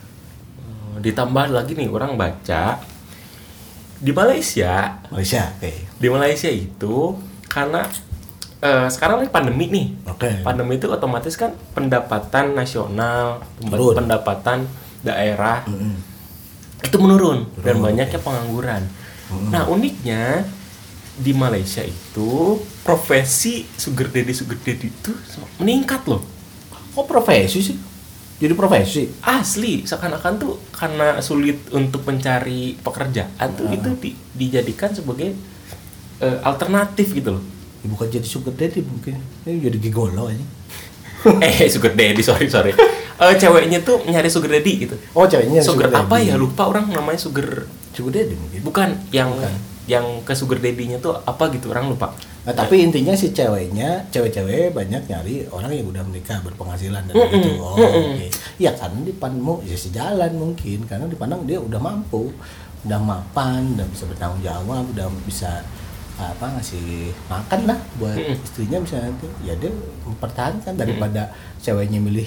Ditambah lagi nih orang baca di Malaysia. Di Malaysia itu karena sekarang lagi pandemi nih. Pandemi itu otomatis kan pendapatan nasional, pendapatan daerah itu menurun dan banyaknya pengangguran. Nah uniknya di Malaysia itu profesi sugar daddy itu meningkat loh. Kok profesi sih? Jadi profesi? Asli, seakan-akan tuh karena sulit untuk mencari pekerjaan tuh itu dijadikan sebagai alternatif gitu loh. Bukan jadi sugar daddy mungkin, ini jadi gigolo aja. Sugar daddy, sorry. Ceweknya tuh nyari sugar daddy gitu. Oh, ceweknya sugar apa daddy. Ya lupa orang namanya sugar daddy mungkin. Bukan yang ke sugar daddy-nya tuh apa gitu orang lupa. Nah, tapi intinya si cewek-cewek banyak nyari orang yang udah menikah berpenghasilan dan gitu. Okay. Ya karena dipandang ya sejalan mungkin karena dipandang dia udah mampu, udah mapan, udah bisa bertanggung jawab, udah bisa ngasih makan lah buat istrinya misalnya nanti ya dia mempertahankan daripada ceweknya milih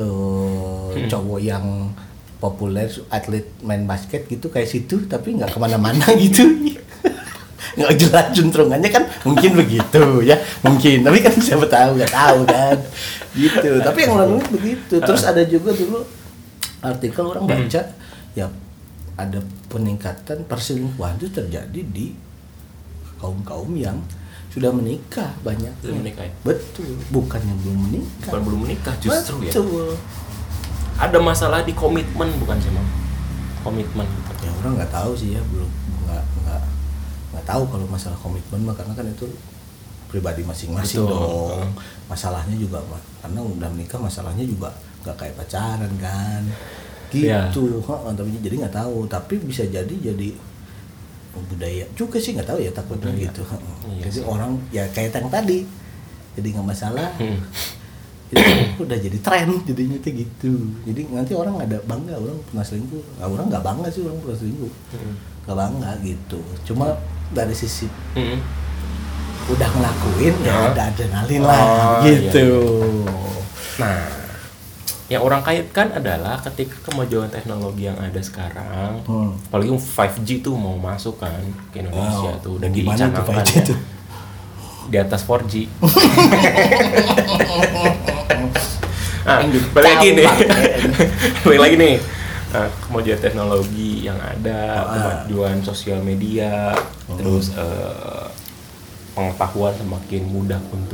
cowok yang populer atlet main basket gitu kayak situ tapi nggak kemana-mana gitu. nggak jelas juntrungannya kan mungkin begitu ya, mungkin, tapi kan siapa tahu, nggak tahu kan gitu. Tapi yang lalu begitu. Terus ada juga dulu artikel orang baca ya, ada peningkatan perselingkuhan itu terjadi di kaum yang sudah menikah banyak. Sudah menikah ya? Betul, bukan yang belum menikah. Bukan belum menikah justru. Betul. Ya. Ada masalah di komitmen bukan sih, Mam? Komitmen gitu. Ya orang nggak tahu sih ya, belum nggak tahu kalau masalah komitmen mah, karena kan itu pribadi masing-masing. Betul. Dong. Masalahnya juga karena udah menikah, masalahnya juga nggak kayak pacaran kan. Gitu. Ya. Tapi jadi nggak tahu, tapi bisa jadi budaya juga sih, nggak tahu ya, takutnya gitu. Iya, jadi sih. Orang ya kayak yang tadi, jadi nggak masalah. Itu udah jadi tren jadinya kayak gitu. Jadi nanti orang ada bangga orang pernah selingkuh. Orang nggak bangga sih orang pernah selingkuh. Nggak bangga gitu. Cuma dari sisi udah ngelakuin ya ada adrenalin lah gitu. Iya. Nah, yang orang kaitkan adalah ketika kemajuan teknologi yang ada sekarang, apalagi 5G tuh mau masuk kan ke Indonesia tuh, udah dicanangkan ya, di atas 4G. Nah, balik lagi nih. Nah, kemajuan teknologi yang ada, kemajuan sosial media, terus pengetahuan semakin mudah untuk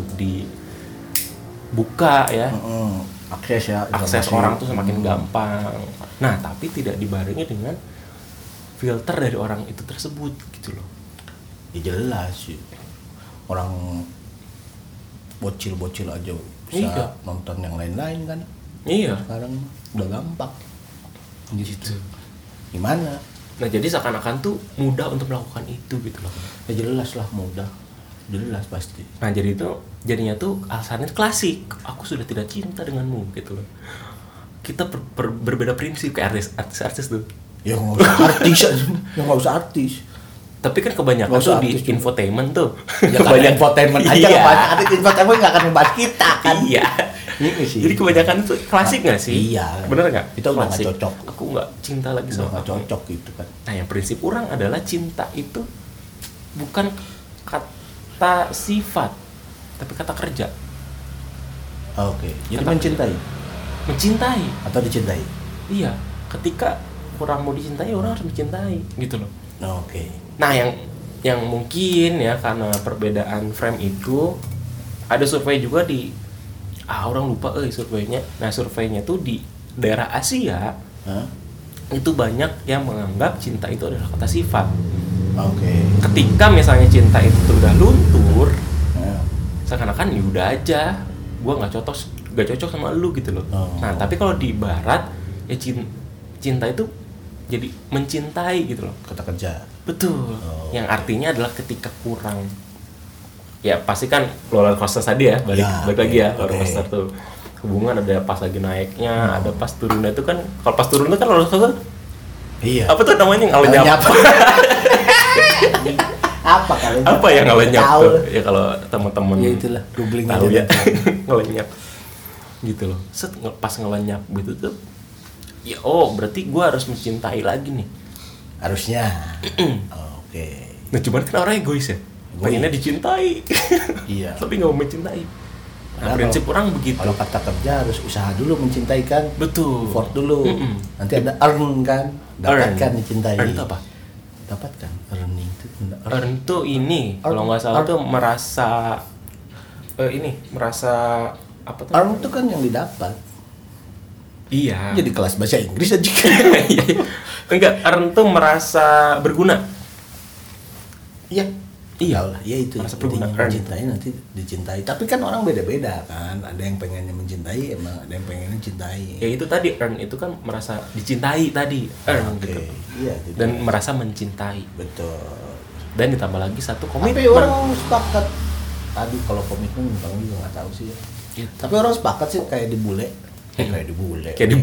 dibuka ya. Akses orang tuh semakin gampang. Nah, tapi tidak dibarengi dengan filter dari orang itu tersebut gitu loh. Ya jelas sih. Orang bocil-bocil aja bisa nonton yang lain-lain kan. Iya. Sekarang udah gampang. Gitu. Gimana? Nah, jadi seakan-akan tuh mudah untuk melakukan itu gitu loh. Ya jelas lah mudah. Jelas pasti. Nah, jadi itu jadinya tuh alasannya klasik. Aku sudah tidak cinta denganmu gitu loh. Kita berbeda prinsip kayak artis tuh. Ya nggak usah artis, ya nggak usah artis. Tapi kan kebanyakan tuh di infotainment tuh. Ya kebanyakan infotainment aja, iya. Infotainment nggak akan membahas kita kan. Iya. Ini sih. Jadi kebanyakan itu klasik nggak sih? Iya. Bener nggak? Itu nggak cocok. Aku nggak cinta lagi sama nggak cocok gitu kan. Nah, yang prinsip orang adalah cinta itu bukan kata sifat, tapi kata kerja. Oke. Jadi mencintai. Mencintai atau dicintai? Iya. Ketika orang mau dicintai, orang harus mencintai, gitu loh. Oke. Nah, yang mungkin ya karena perbedaan frame itu ada survei juga orang lupa surveinya. Nah, surveinya tuh di daerah Asia. Itu banyak yang menganggap cinta itu adalah kata sifat. Oke. Ketika misalnya cinta itu udah luntur, seakan-akan ya udah aja, gua nggak cocok sama lu gitu loh. Nah, tapi kalau di Barat ya cinta itu jadi mencintai gitu loh. Kata kerja. Betul. Yang artinya adalah ketika kurang, ya pasti kan roller coaster tadi ya, balik lagi ya, roller coaster tuh hubungan ada pas lagi naiknya, ada pas turunnya. Itu kan kalau pas turun itu kan roller coaster. Iya. Apa tuh namanya, ngalenyap? Apa yang ngalenyap tuh? Ya kalau teman-teman ya itulah googling tahu ya. Ngalenyap gitu loh. Pas ngelenyap gitu tuh, ya berarti gue harus mencintai lagi nih. Harusnya. Oke. Nah, cuman kan orang egois ya. Pengennya dicintai. Iya. Tapi nggak mau mencintai. Nah, prinsip orang begitu. Kalau kata kerja harus usaha dulu mencintai kan. Betul. Effort dulu. Nanti ada earn kan. Dapatkan dicintai. Earn itu apa? Dapatkan. Earning itu. Earn tuh ini. Kalau nggak salah tuh merasa apa tuh? Earn itu kan yang didapat. Iya. Jadi kelas bahasa Inggris aja. Enggak, earn tuh merasa berguna. Iya. Iya lah, ya itu. Merasa berguna. Mencintai nanti dicintai. Tapi kan orang beda-beda kan. Ada yang pengennya mencintai, emang ada yang pengennya cintai. Ya itu tadi, earn itu kan merasa dicintai tadi. Earn gitu. Iya, gitu. Dan merasa mencintai. Betul. Dan ditambah lagi satu komitmen. Tapi orang sepakat. Tadi kalau komitmen bang juga nggak tahu sih ya. Gitu. Tapi orang sepakat sih kayak di bule. Kayak di bule. Kayak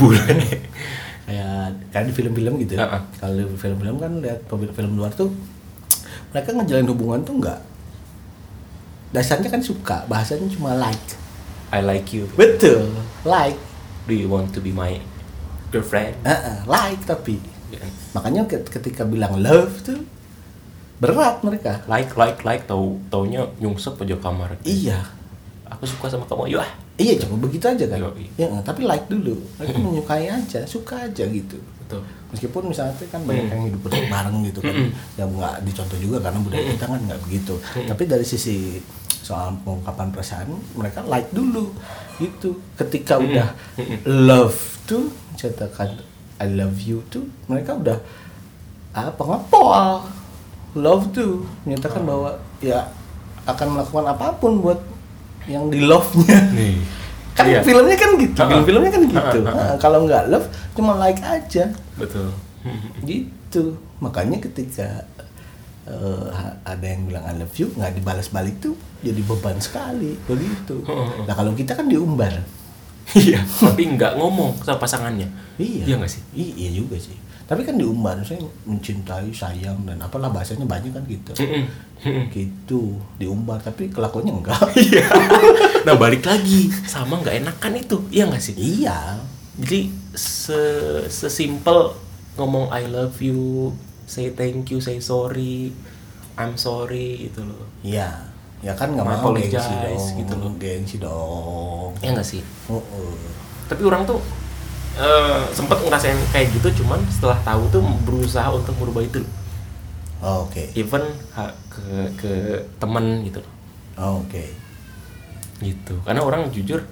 di film-film gitu. Kalau di film-film kan lihat film luar tuh mereka ngejalin hubungan tuh enggak. Dasarnya kan suka, bahasanya cuma like. I like you. Betul, like. Do you want to be my girlfriend? Like tapi. Yeah. Makanya ketika bilang love tuh berat mereka. Like, taunya nyungsep aja kamar. Iya. Aku suka sama kamu, yuk ah. Iya, cuma begitu aja kan. Yoi. Ya, tapi like dulu. Like menyukai aja, suka aja gitu. Betul. Meskipun misalnya kan banyak yang hidup bareng gitu kan, yang nggak dicontoh juga karena budaya kita kan nggak begitu. Tapi dari sisi soal pengungkapan perasaan, mereka like dulu gitu. Ketika udah love tuh, cetakan I love you tuh, mereka udah ngepol. Love tuh menyatakan bahwa ya akan melakukan apapun buat yang di love-nya. Kan iya. filmnya kan gitu, film-filmnya kan gitu. Kalau nggak love cuma like aja. Betul. Gitu. Makanya ketika ada yang bilang I love you nggak dibalas balik tuh jadi beban sekali begitu. Nah kalau kita kan diumbar. Iya. Tapi nggak ngomong sama pasangannya. Iya nggak sih? Iya juga sih. Tapi kan diumbar, saya mencintai, sayang dan apalah bahasanya banyak kan gitu. Gitu diumbar tapi kelakuannya enggak. Iya. Nah balik lagi sama nggak enakan itu, iya nggak sih? Iya. Jadi sesimpel ngomong I love you, say thank you, say sorry, I'm sorry gitu loh. Iya. Ya kan nggak mau apologize gengsi gitu loh. Gengsi dong. Iya nggak sih? Tapi orang tuh sempat ngerasain kayak gitu, cuman setelah tahu tuh berusaha untuk merubah itu. Oke. Even ke teman gitu. Oke. Gitu. Karena orang jujur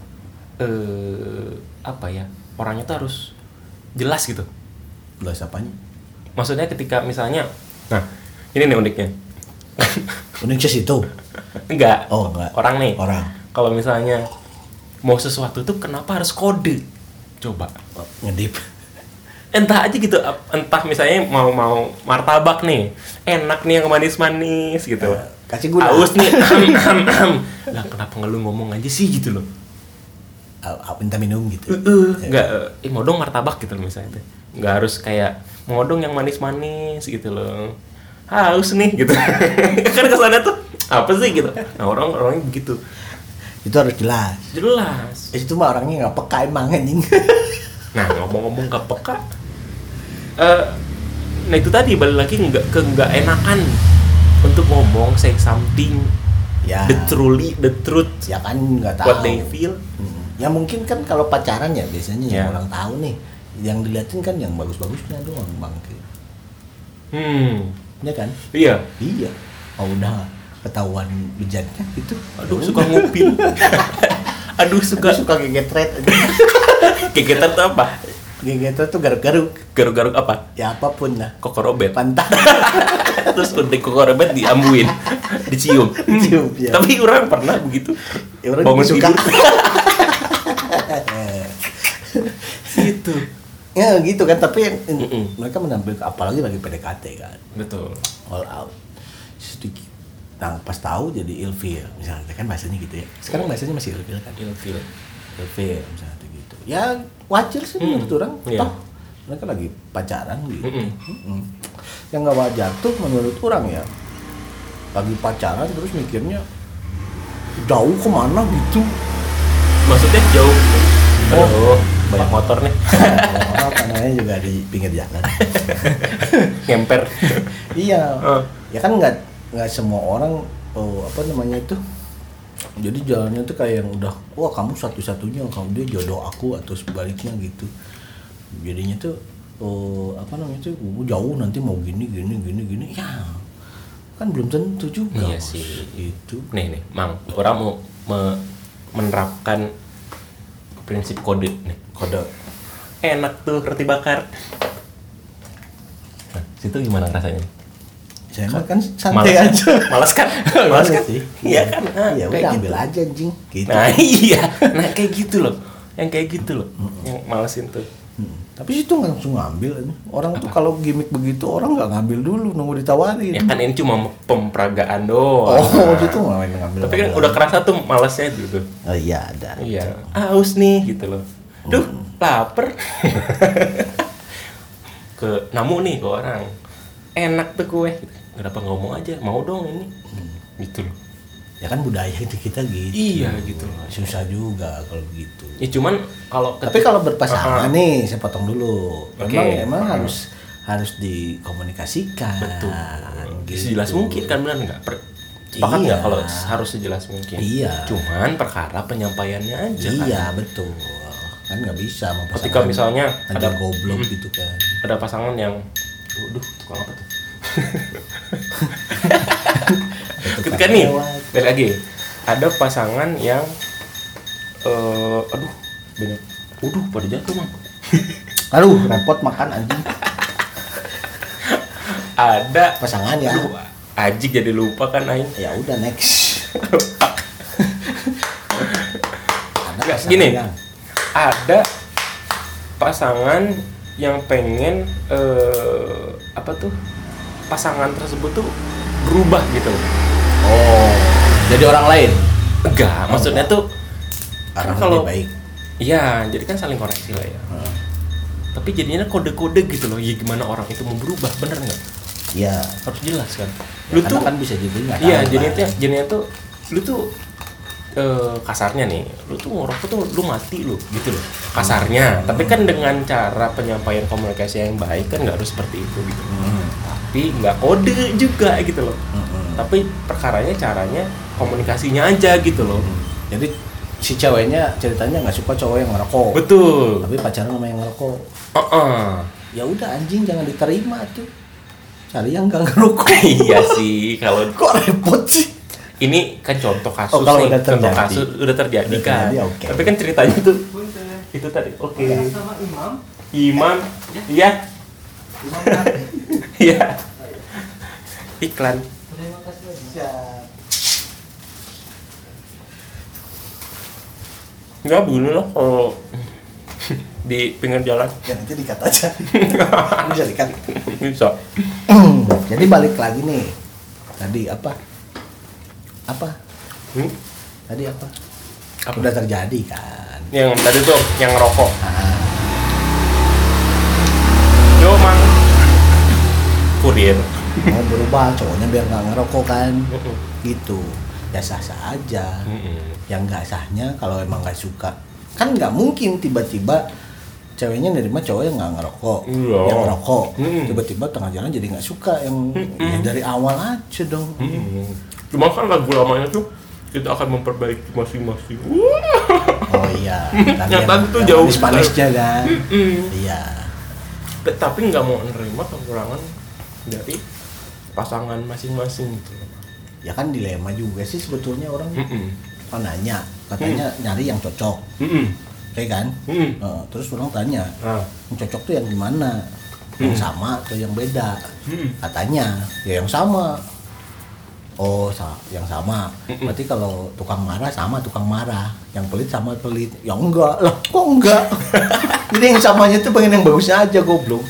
orangnya tuh harus jelas gitu. Jelas apanya? Maksudnya ketika misalnya, nah ini nih uniknya. Uniknya situ. Enggak. Oh, enggak. Orang nih. Orang. Kalau misalnya mau sesuatu tuh kenapa harus kode? Coba. Ngedip. Entah aja gitu, entah misalnya mau martabak nih, enak nih yang manis-manis gitu. Kasih gula. Aus nih, lah kenapa nggak lu ngomong aja sih gitu loh? Minta minum gitu. Nggak, mau dong martabak gitu loh misalnya. Nggak harus kayak mau dong yang manis-manis gitu loh. Haus nih gitu. Kan kesannya tuh apa sih gitu. Nah orang-orangnya begitu. Itu harus jelas. Jelas. Itu mah orangnya nggak peka emang anjing. Nah ngomong-ngomong nggak peka, nah itu tadi balik lagi nggak enakan untuk ngomong say something, Ya. the truth, Ya kan nggak tahu. what they feel. Ya mungkin kan kalau pacaran ya biasanya yang Ya. orang tahu nih, yang diliatin kan yang bagus-bagusnya doang bang. Ya kan? Iya. Iya. Oh udah ketahuan bejatnya gitu. Aduh suka ngupil. Aduh suka gegetret. Gegetan tuh apa? Gegetret tuh garuk-garuk. Garuk-garuk apa? Ya apapun lah. Kokorobet. Pantat. Terus untuk kokorobet diambuin, dicium. Dicium, ya. Tapi orang pernah begitu. Ya, orang bangun suka. tidur. Gitu. Ya gitu kan, tapi mereka menampilkan apalagi lagi PDKT kan. Betul. All out. Sedikit. Nah, pas tahu jadi ilfil misalnya kan bahasanya gitu ya. Sekarang bahasanya masih ilfil kan. Ilfil Misalnya gitu. Ya wajar sih menurut orang. Iya. Toh mereka lagi pacaran gitu. Yang nggak wajar tuh menurut orang ya. Lagi pacaran terus mikirnya jauh kemana gitu. Maksudnya jauh. Oh, Banyak motor nih. Apa namanya juga di pinggir jalan. Ngemper. Iya. Ya kan nggak semua orang apa namanya itu. Jadi jalannya tuh kayak yang udah wah kamu satu-satunya, kamu dia jodoh aku atau sebaliknya gitu. Jadinya tuh apa namanya tuh jauh nanti mau gini. Ya kan belum tentu juga. Iya sih. Itu. Nih, Mang. Orang mau menerapkan prinsip kode nih. Kode. Enak tuh roti bakar. Nah, situ gimana rasanya? Saya mah kan santai aja. Malas kan? Malas kan? Sih. Iya kan? Iya Kayak udah gitu. ambil aja anjing gitu. Nah iya. Nah kayak gitu loh. Yang kayak gitu loh. Yang malesin tuh. Tapi situ nggak langsung ngambil. Orang tuh kalau gimmick begitu orang nggak ngambil dulu, nunggu ditawarin. Ya kan ini cuma pemperagaan doang. Oh, situ ngambil. Tapi kan udah kerasa tuh malesnya gitu. Oh iya ada. Iya. Haus nih gitu loh. Duh, lapar. Ke namu nih ke orang. Enak tuh kue. Kenapa ngomong aja? Mau dong ini. Gitu loh. Ya kan budaya itu kita gitu. Iya gitu loh. Susah juga kalau begitu. Ya cuman kalau Tapi kalau berpasangan nih, saya potong dulu. Oke. Emang harus harus dikomunikasikan. Betul. Gitu. Sejelas mungkin kan, benar nggak? Sepakat nggak Iya. kalau harus sejelas mungkin? Iya. Cuman perkara penyampaiannya aja kan. Iya betul, kan nggak bisa mau Ketika misalnya ada ada goblok gitu kan. ada pasangan yang, tukang apa tuh? Ketika nih, balik lagi, ada pasangan yang, banyak, pada jatuh mang. Aduh, repot makan anjing. Ada Pasangan ya. Ajik jadi lupa kan aing. Ya udah next. Ada Nggak, pasangan gini. yang- Ada pasangan yang pengen pasangan tersebut tuh berubah gitu loh. Oh, jadi orang lain. Enggak, maksudnya tuh Orang kalau- lebih baik. iya, jadi kan saling koreksi lah ya. Tapi jadinya kode-kode gitu loh. Ya gimana orang itu mau berubah, bener nggak? Iya. Harus jelas kan. Ya, Lu karena tuh kan bisa jadi nggak iya, tahu, jadinya tuh lu tuh kasarnya nih, lu tuh ngerokok tuh lu mati lu gitu loh. Kasarnya. Tapi kan dengan cara penyampaian komunikasi yang baik kan nggak harus seperti itu gitu. Tapi nggak kode juga gitu loh. Tapi perkaranya caranya komunikasinya aja gitu loh. Jadi si ceweknya ceritanya nggak suka cowok yang ngerokok. Betul. Tapi pacaran sama yang ngerokok. Ya udah anjing, jangan diterima tuh. Cari yang nggak ngerokok. Iya sih, kalau Kok repot sih? ini kan contoh kasus Oh, kalau nih, udah contoh terjadi. kasus udah terjadi Udah kan. terjadi, oke. Tapi kan ceritanya tuh itu tadi. Oke. Sama Imam. Imam, iya, Imam Kafe. iya. Iklan. Terima kasih lagi. Enggak begini loh kalau di pinggir jalan. Ya nanti dikat aja. Bisa dikat. Bisa. Jadi balik lagi nih. Tadi apa? Tadi apa? Apa? Udah terjadi kan. Yang tadi tuh yang ngerokok. Ah, Yo mang. Kurir. mau berubah cowoknya biar nggak ngerokok kan. Gitu. Ya sah-sah aja. Yang nggak sahnya kalau emang nggak suka, kan nggak mungkin tiba-tiba ceweknya nerima cowok yang nggak ngerokok, Iya. yang ngerokok, Mm-mm. tiba-tiba tengah jalan jadi nggak suka yang ya dari awal aja dong. Cuma kan lagu lamanya tuh kita akan memperbaiki masing-masing. Oh iya, Yang tadi tuh jauh manis-manisnya kan. Iya. Tapi nggak mau menerima kekurangan dari pasangan masing-masing gitu. Ya kan dilema juga sih sebetulnya orang nanya, katanya nyari yang cocok, kayak kan? Terus orang tanya, Ah. yang cocok tuh yang gimana? Yang sama atau yang beda? Katanya, ya yang sama. Oh, yang sama. Berarti kalau tukang marah sama tukang marah, yang pelit sama pelit. Ya enggak lah, kok enggak? Jadi yang samanya tuh pengen yang bagusnya aja, goblok.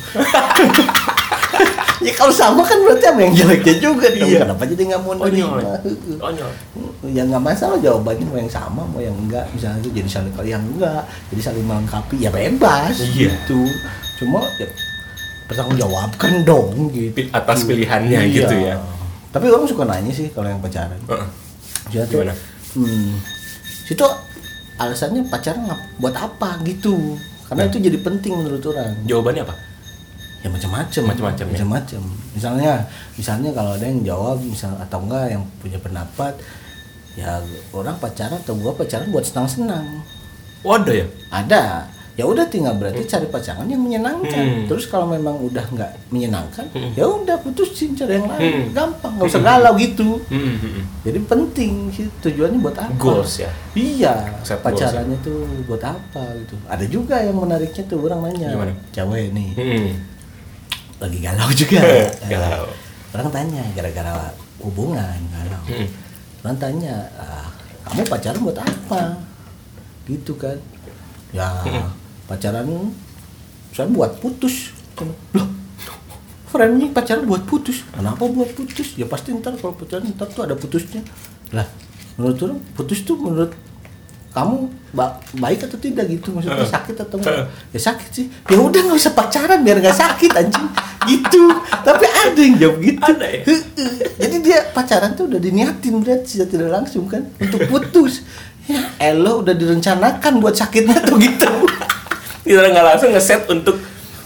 Ya kalau sama kan berarti sama yang jeleknya juga dong. Iya. Kenapa jadi nggak mau nerima? Konyol. Ya nggak masalah jawabannya mau yang sama mau yang enggak, misalnya itu jadi saling yang enggak jadi saling melengkapi ya bebas. Iya. Gitu, cuma ya, bertanggungjawabkan dong gitu Atas pilihannya Iya. gitu ya. Tapi orang suka nanya sih kalau yang pacaran dia tuh, Gimana? situ alasannya pacaran buat apa gitu, karena itu jadi penting menurut orang. Jawabannya apa? Ya macam-macam ya? misalnya kalau ada yang jawab misal atau enggak yang punya pendapat, ya orang pacaran atau gua pacaran buat senang-senang. Oh, ada ya? Ada, ya udah tinggal berarti cari pasangan yang menyenangkan. Terus kalau memang udah nggak menyenangkan, ya udah putusin, cari yang lain. Gampang, nggak usah galau gitu. Jadi penting sih, tujuannya buat apa? Goals ya? Iya, Set pacarannya tuh buat apa gitu. Ada juga yang menariknya tuh, orang nanya, Gimana? cewek nih lagi galau juga. Galau. Orang tanya gara-gara hubungan galau. Orang tanya, kamu pacaran buat apa? Gitu kan? Ya pacaran saya buat putus. Loh, friendnya pacaran buat putus. Kenapa buat putus? Ya pasti ntar kalau pacaran ntar tuh ada putusnya. Lah, menurut orang putus tuh menurut kamu baik atau tidak gitu, maksudnya sakit atau enggak? Ya sakit sih. Ya udah nggak usah pacaran biar nggak sakit anjing. Gitu. Tapi ada yang jawab gitu. Ada ya? Jadi dia pacaran tuh udah diniatin berarti secara tidak langsung kan untuk putus. Ya elo udah direncanakan buat sakitnya tuh gitu. Kita nggak langsung ngeset untuk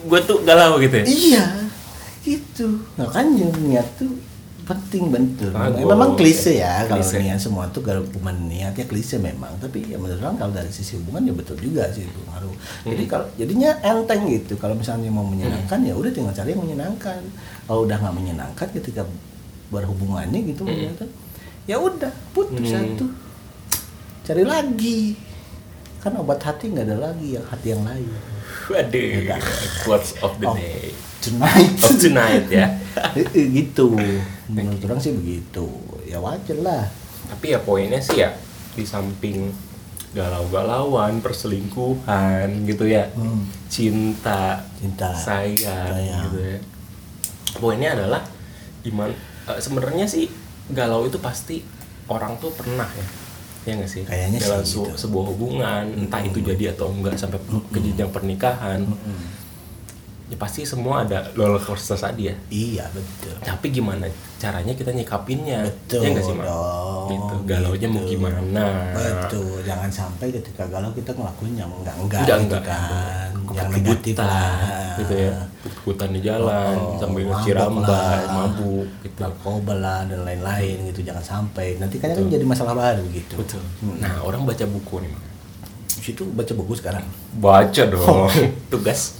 gue tuh galau gitu ya. Iya, gitu. Makanya niat tuh penting betul. Bagus. Memang klise ya kalau Klise. niat semua tuh kalau hubungan niatnya klise memang. Tapi ya menurut orang kalau dari sisi hubungan ya betul juga sih itu ngaruh. Jadi kalau jadinya enteng gitu. Kalau misalnya mau menyenangkan ya udah tinggal cari yang menyenangkan. Kalau udah nggak menyenangkan ketika berhubungannya gitu, ya udah putus satu, cari lagi. Kan obat hati nggak ada lagi yang hati yang lain. Waduh, quotes of the day. Tonight ya. gitu. Menurut orang sih begitu. Ya wajar lah. Tapi ya poinnya sih ya di samping galau-galauan, perselingkuhan gitu ya. Cinta, sayang gitu ya. Poinnya adalah gimana sebenarnya sih galau itu pasti orang tuh pernah ya nggak sih? Kayaknya dalam sih gitu. sebuah hubungan, entah itu jadi atau enggak sampai ke jenjang pernikahan. Ya pasti semua ada roller coaster tadi ya. Iya betul. Tapi gimana caranya kita nyikapinnya? Betul Ya nggak sih, Mak? dong. Gitu. Galaunya mau gimana? Betul. Jangan sampai ketika galau kita ngelakuin yang enggak Enggak. gitu kan. Yang negatif lah. Gitu ya. Kebut-kebutan di jalan sambil cirambai, mabuk gitu. Narkoba lah dan lain-lain gitu. Jangan sampai. Nanti kan jadi masalah baru gitu. Betul. Nah, orang baca buku nih, Mak. Di situ baca buku sekarang. Baca dong. Tugas.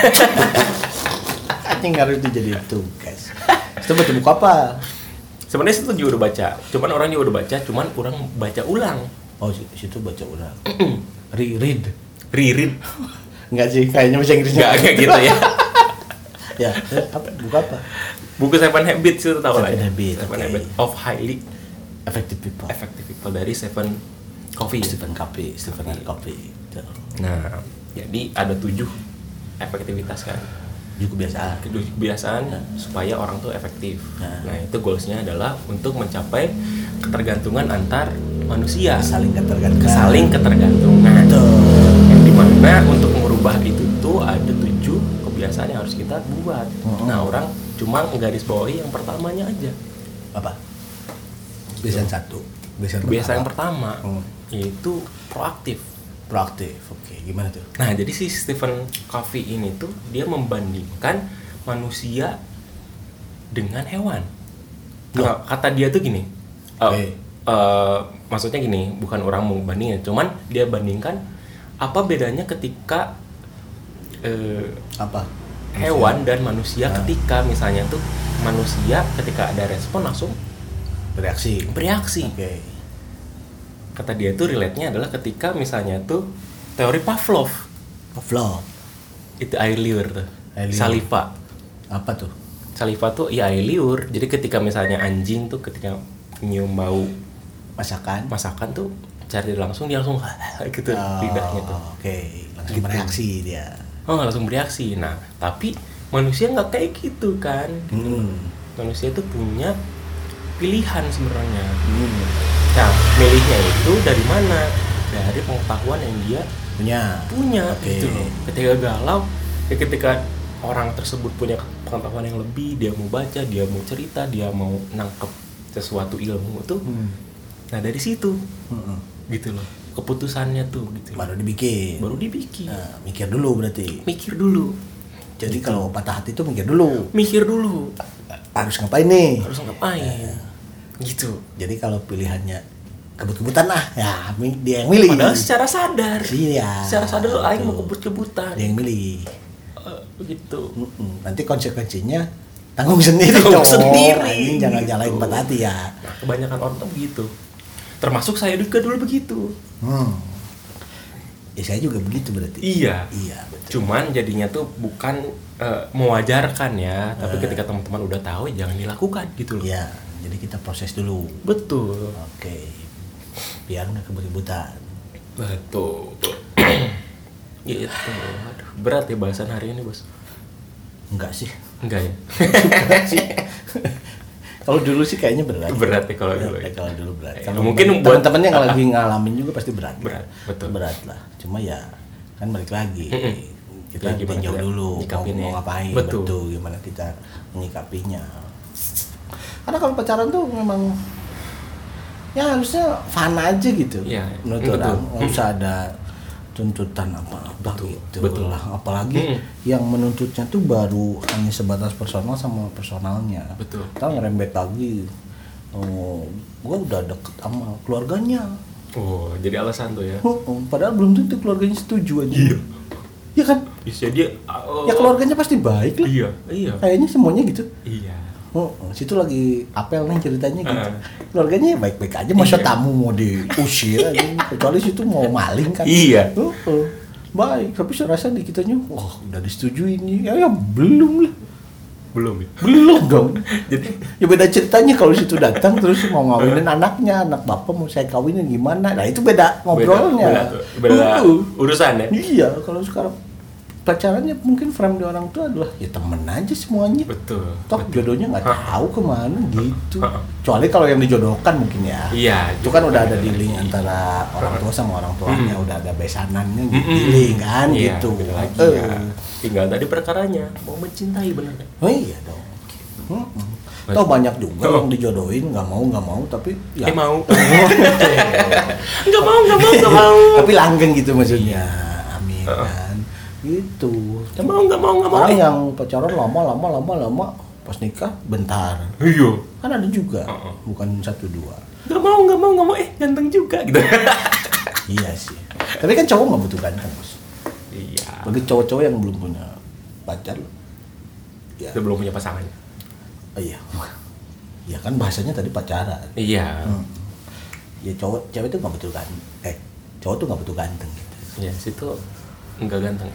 Anjing harus dijadiin tugas. Itu baca buku apa? Sebenarnya itu juga udah baca. Cuman orang juga udah baca, cuman orang baca ulang. Oh, situ baca ulang. Reread. Reread. Enggak sih, kayaknya bahasa Inggrisnya. Enggak gitu ya. Ya, apa? Buku apa? Buku Seven Habits itu tahu lah ya. Seven Seven Habits, Habits of Highly Effective People. Effective People dari Stephen Covey. Stephen Covey. Nah, jadi ada 7 efektivitas kan. 7 kebiasaan. Kebiasaan supaya orang tuh efektif. Nah, itu goalsnya adalah untuk mencapai ketergantungan antar manusia. Saling ketergantungan. Betul. Yang dimana untuk merubah itu tuh ada 7 kebiasaan yang harus kita buat. Nah, orang cuma garis bawahi yang pertamanya aja. Apa? Kebiasaan 1. Kebiasaan yang pertama yaitu proaktif. Oke, gimana tuh? Nah, jadi si Stephen Covey ini tuh dia membandingkan manusia dengan hewan. Nah, kata dia tuh gini. Maksudnya gini, bukan orang mau bandingin, cuman dia bandingkan apa bedanya ketika hewan dan manusia ketika misalnya tuh manusia ketika ada respon langsung bereaksi. Oke. Kata dia tuh relate-nya adalah ketika misalnya tuh teori Pavlov. Itu air liur tuh. Saliva. Apa tuh? Saliva tuh ya air liur. Jadi ketika misalnya anjing tuh ketika nyium bau masakan tuh cari langsung dia langsung gitu lidahnya tuh. Oke, langsung bereaksi dia. Langsung bereaksi. Nah, tapi manusia nggak kayak gitu kan. Manusia tuh punya pilihan sebenarnya. Nah, milihnya itu dari mana? Dari pengetahuan yang dia punya gitu loh. Ketika galau, ketika orang tersebut punya pengetahuan yang lebih, dia mau baca, dia mau cerita, dia mau nangkep sesuatu ilmu tuh. Nah, dari situ. Gitu loh. Keputusannya tuh gitu. Baru dibikin. Nah, mikir dulu berarti. Jadi gitu. kalau patah hati tuh mikir dulu. Harus ngapain nih? Gitu. Jadi kalau pilihannya kebut-kebutan lah, ya dia yang milih. Padahal secara sadar. Iya. Secara sadar lo aing mau kebut-kebutan. Dia yang milih. Gitu. Nanti konsekuensinya tanggung sendiri. Anjing, jangan nyalain patah hati ya. Nah, kebanyakan orang tuh begitu. Termasuk saya juga dulu begitu. Ya saya juga begitu berarti. Iya, betul. Cuman jadinya tuh bukan mewajarkan ya, tapi ketika teman-teman udah tahu jangan dilakukan gitu loh. Iya. Jadi kita proses dulu. Betul. Oke. Biar nggak kebut-kebutan. Betul. Gitu. Aduh, berat ya bahasan hari ini, Bos. Enggak sih. Enggak ya? Enggak sih. Kalau dulu sih kayaknya berat. Berat ya kalau dulu. Kalau dulu berat. Ya, Kalau mungkin buat teman-teman yang lagi ngalamin juga pasti berat. Betul. Berat lah. Cuma ya kan balik lagi. Kita Ya, gimana tinjau kita dulu mau ngapain. Betul. Gimana kita menyikapinya. Karena kalau pacaran tuh memang ya harusnya fun aja gitu. Iya, menurut orang nggak usah ada tuntutan apa gitu betul. lah. Apalagi yang menuntutnya tuh baru hanya sebatas personal sama personalnya. Betul. Kita ngerembet lagi. Oh, gua udah deket sama keluarganya. Oh, jadi alasan tuh ya. Padahal belum tentu keluarganya setuju aja. Iya. Ya kan? Bisa dia Ya keluarganya pasti baik lah. Iya. Kayaknya semuanya gitu. Iya. Situ lagi apel nih ceritanya gitu. Keluarganya ya baik-baik aja, masa tamu mau diusir aja. Kecuali situ mau maling kan. Iya. Baik, tapi saya rasa di kitanya, wah udah disetujui nih. Ya belum lah. Belum ya. Belum dong. Jadi Ya beda ceritanya kalau situ datang terus mau ngawinin anaknya, anak bapak mau saya kawinin gimana. Nah itu beda ngobrolnya. beda urusan ya. Iya, kalau sekarang pacarannya mungkin frame di orang tua adalah ya temen aja semuanya. Betul. Toh jodohnya nggak tahu kemana gitu. Kecuali kalau yang dijodohkan mungkin ya. Iya. Itu kan udah ada dealing antara orang tua sama orang tuanya, udah ada besanannya gitu, dealing kan Iya, gitu. beda lagi ya. Tinggal tadi perkaranya mau mencintai bener kan? Oh iya dong. Toh banyak juga yang dijodohin nggak mau tapi ya mau. Nggak mau. tapi langgeng gitu maksudnya. Amin kan. Gitu. Nggak mau. Orang yang pacaran lama pas nikah bentar. Iya. Kan ada juga, bukan 1-2. Nggak mau. Ganteng juga gitu. Iya sih. Tapi kan cowok nggak butuh ganteng, Bos. Iya. Bagi cowok-cowok yang belum punya pacar, ya. Dia belum punya pasangan. Iya. Ya kan bahasanya tadi pacaran. Iya. Ya cewek itu nggak butuh ganteng. Cowok tuh nggak butuh ganteng gitu. Iya, situ enggak ganteng.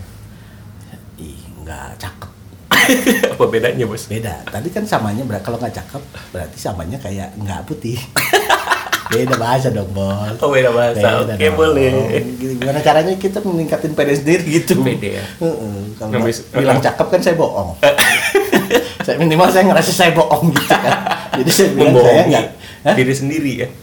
Nggak cakep. Apa bedanya, Bos? Beda. Tadi kan samanya kalau nggak cakep berarti samanya kayak nggak putih. Beda bahasa dong, Bos. Oh, beda bahasa. Oke, boleh. Gimana caranya kita meningkatin pede sendiri gitu. Pede ya. Kalau bilang cakep kan saya bohong. Saya minimal saya ngerasa saya bohong gitu kan. Jadi saya bilang saya nggak. Diri sendiri ya.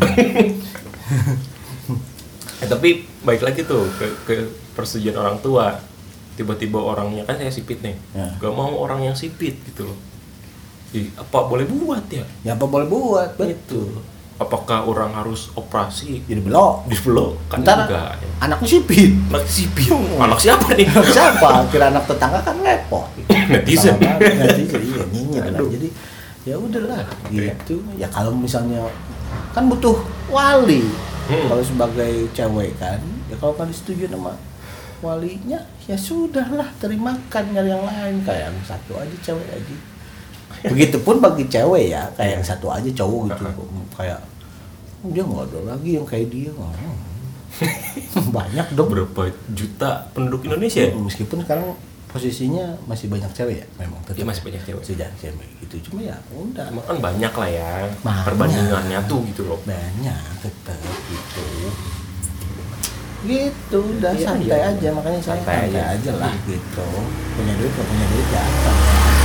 Tapi baik lagi tuh ke persetujuan orang tua. Tiba-tiba orangnya kan saya sipit nih. Gak mau orang yang sipit gitu loh. Apa boleh buat ya? Ya apa boleh buat, betul. Apakah orang harus operasi? Jadi belok. Kan Ntar enggak. anaknya sipit. Anak sipit. Anak siapa nih? Anak siapa? Kira anak tetangga kan repot. Netizen. Netizen iya nyinyir lah. Jadi ya udahlah gitu. Ya kalau misalnya kan butuh wali. Kalau sebagai cewek kan, ya kalau kan disetujui sama walinya, ya sudahlah terimakan nyari yang lain kayak yang satu aja cewek aja. Begitupun bagi cewek ya, kayak yang satu aja cowok gitu. Kayak dia nggak ada lagi yang kayak dia. Banyak dong. Berapa juta penduduk Indonesia? Meskipun sekarang posisinya masih banyak cewek ya, memang. Iya masih banyak cewek. Sudah cewek gitu, cuma ya udah. Cuma kan banyak lah ya. Banyak. Perbandingannya tuh gitu loh. Banyak tetap gitu. Gitu, udah Iya, santai iya. aja, makanya saya Santai santai aja. aja lah gitu. Punya duit nggak punya duit ya apa?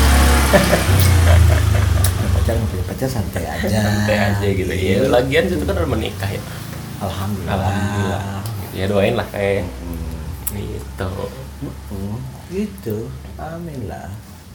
Punya pacar santai aja. Santai aja gitu. Iya, lagian itu kan udah menikah ya. Alhamdulillah. Ya doain lah kayak gitu. Gitu, amin lah.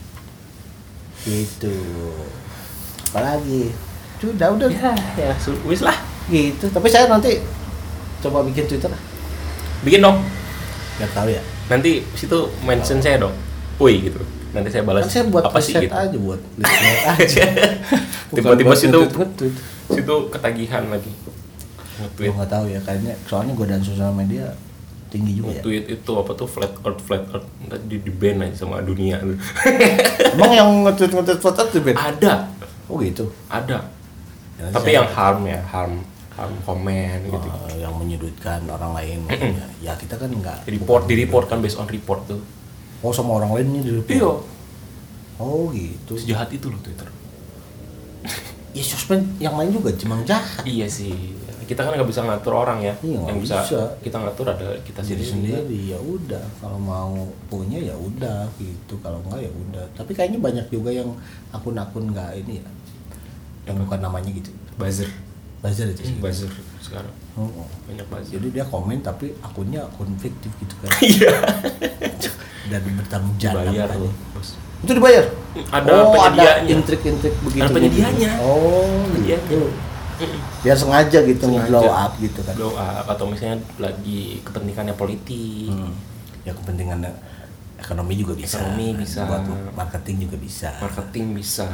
Gitu. Apalagi? Udah. Ya, wis lah. Gitu. Tapi saya nanti coba bikin Twitter lah. Bikin dong. Gak tahu ya. Nanti situ mention saya dong. Woi gitu. Nanti saya balas. Kan saya buat apa sih riset gitu. aja buat riset aja. Tiba-tiba situ nge-tweet. Situ ketagihan lagi. Gue nggak tahu ya, kayaknya soalnya godaan sosial media tinggi juga ya. Tweet itu apa tuh flat earth nanti di ban aja sama dunia. Emang yang nge-tweet flat earth tuh Ben? Ada. Oh gitu. Ada. Ya, Tapi saya- yang harm komen gitu. yang menyudutkan orang lain maksudnya. Ya kita kan nggak. Di report kan based on report tuh. Oh sama orang lainnya di report. Iya. Oh gitu. Sejahat itu loh Twitter. Ya sosmed yang lain juga cuma jahat. Iya sih. Kita kan nggak bisa ngatur orang ya. Iya, nggak yang bisa bisa. kita ngatur ada kita Jadi sendiri ya udah, kalau mau punya ya udah gitu, kalau enggak ya udah. Tapi kayaknya banyak juga yang akun-akun nggak ini ya, yang bukan namanya gitu. Buzzer Buzzer itu sih. buzzer sekarang Oh. banyak buzzer. Jadi dia komen tapi akunnya akun fiktif gitu kan. Iya. Dan bertanggung jawab. Bayar kan. tuh bos. Itu dibayar? Ada ada penyediaannya. intrik-intrik begitu. Ada penyediaannya. Oh, Penyediaannya. gitu. Biar sengaja gitu Sengaja. blow up gitu kan. Blow up atau misalnya lagi kepentingannya politik. Ya kepentingan ekonomi juga bisa. Ekonomi bisa. Buat marketing juga bisa. Marketing bisa.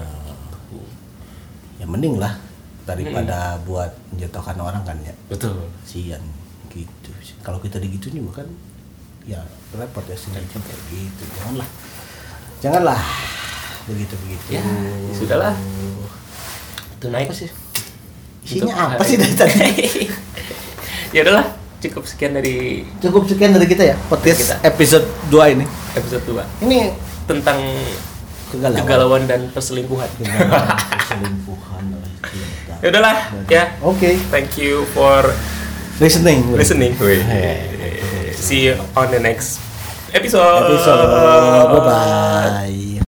Ya mending lah daripada buat menjatuhkan orang kan ya. Betul. Sian gitu. Kalau kita digituin juga kan ya repot ya sendiri kayak gitu. Janganlah begitu. Ya, sudahlah. Itu naik sih. Isinya apa sih dari tadi? Ya udahlah, cukup sekian dari kita ya podcast episode 2 ini. episode 2. Ini Tentang kegalauan dan perselingkuhan. Perselingkuhan oleh cinta. Ya udahlah, ya. Oke. Thank you for Listening. See you on the next episode. Bye bye.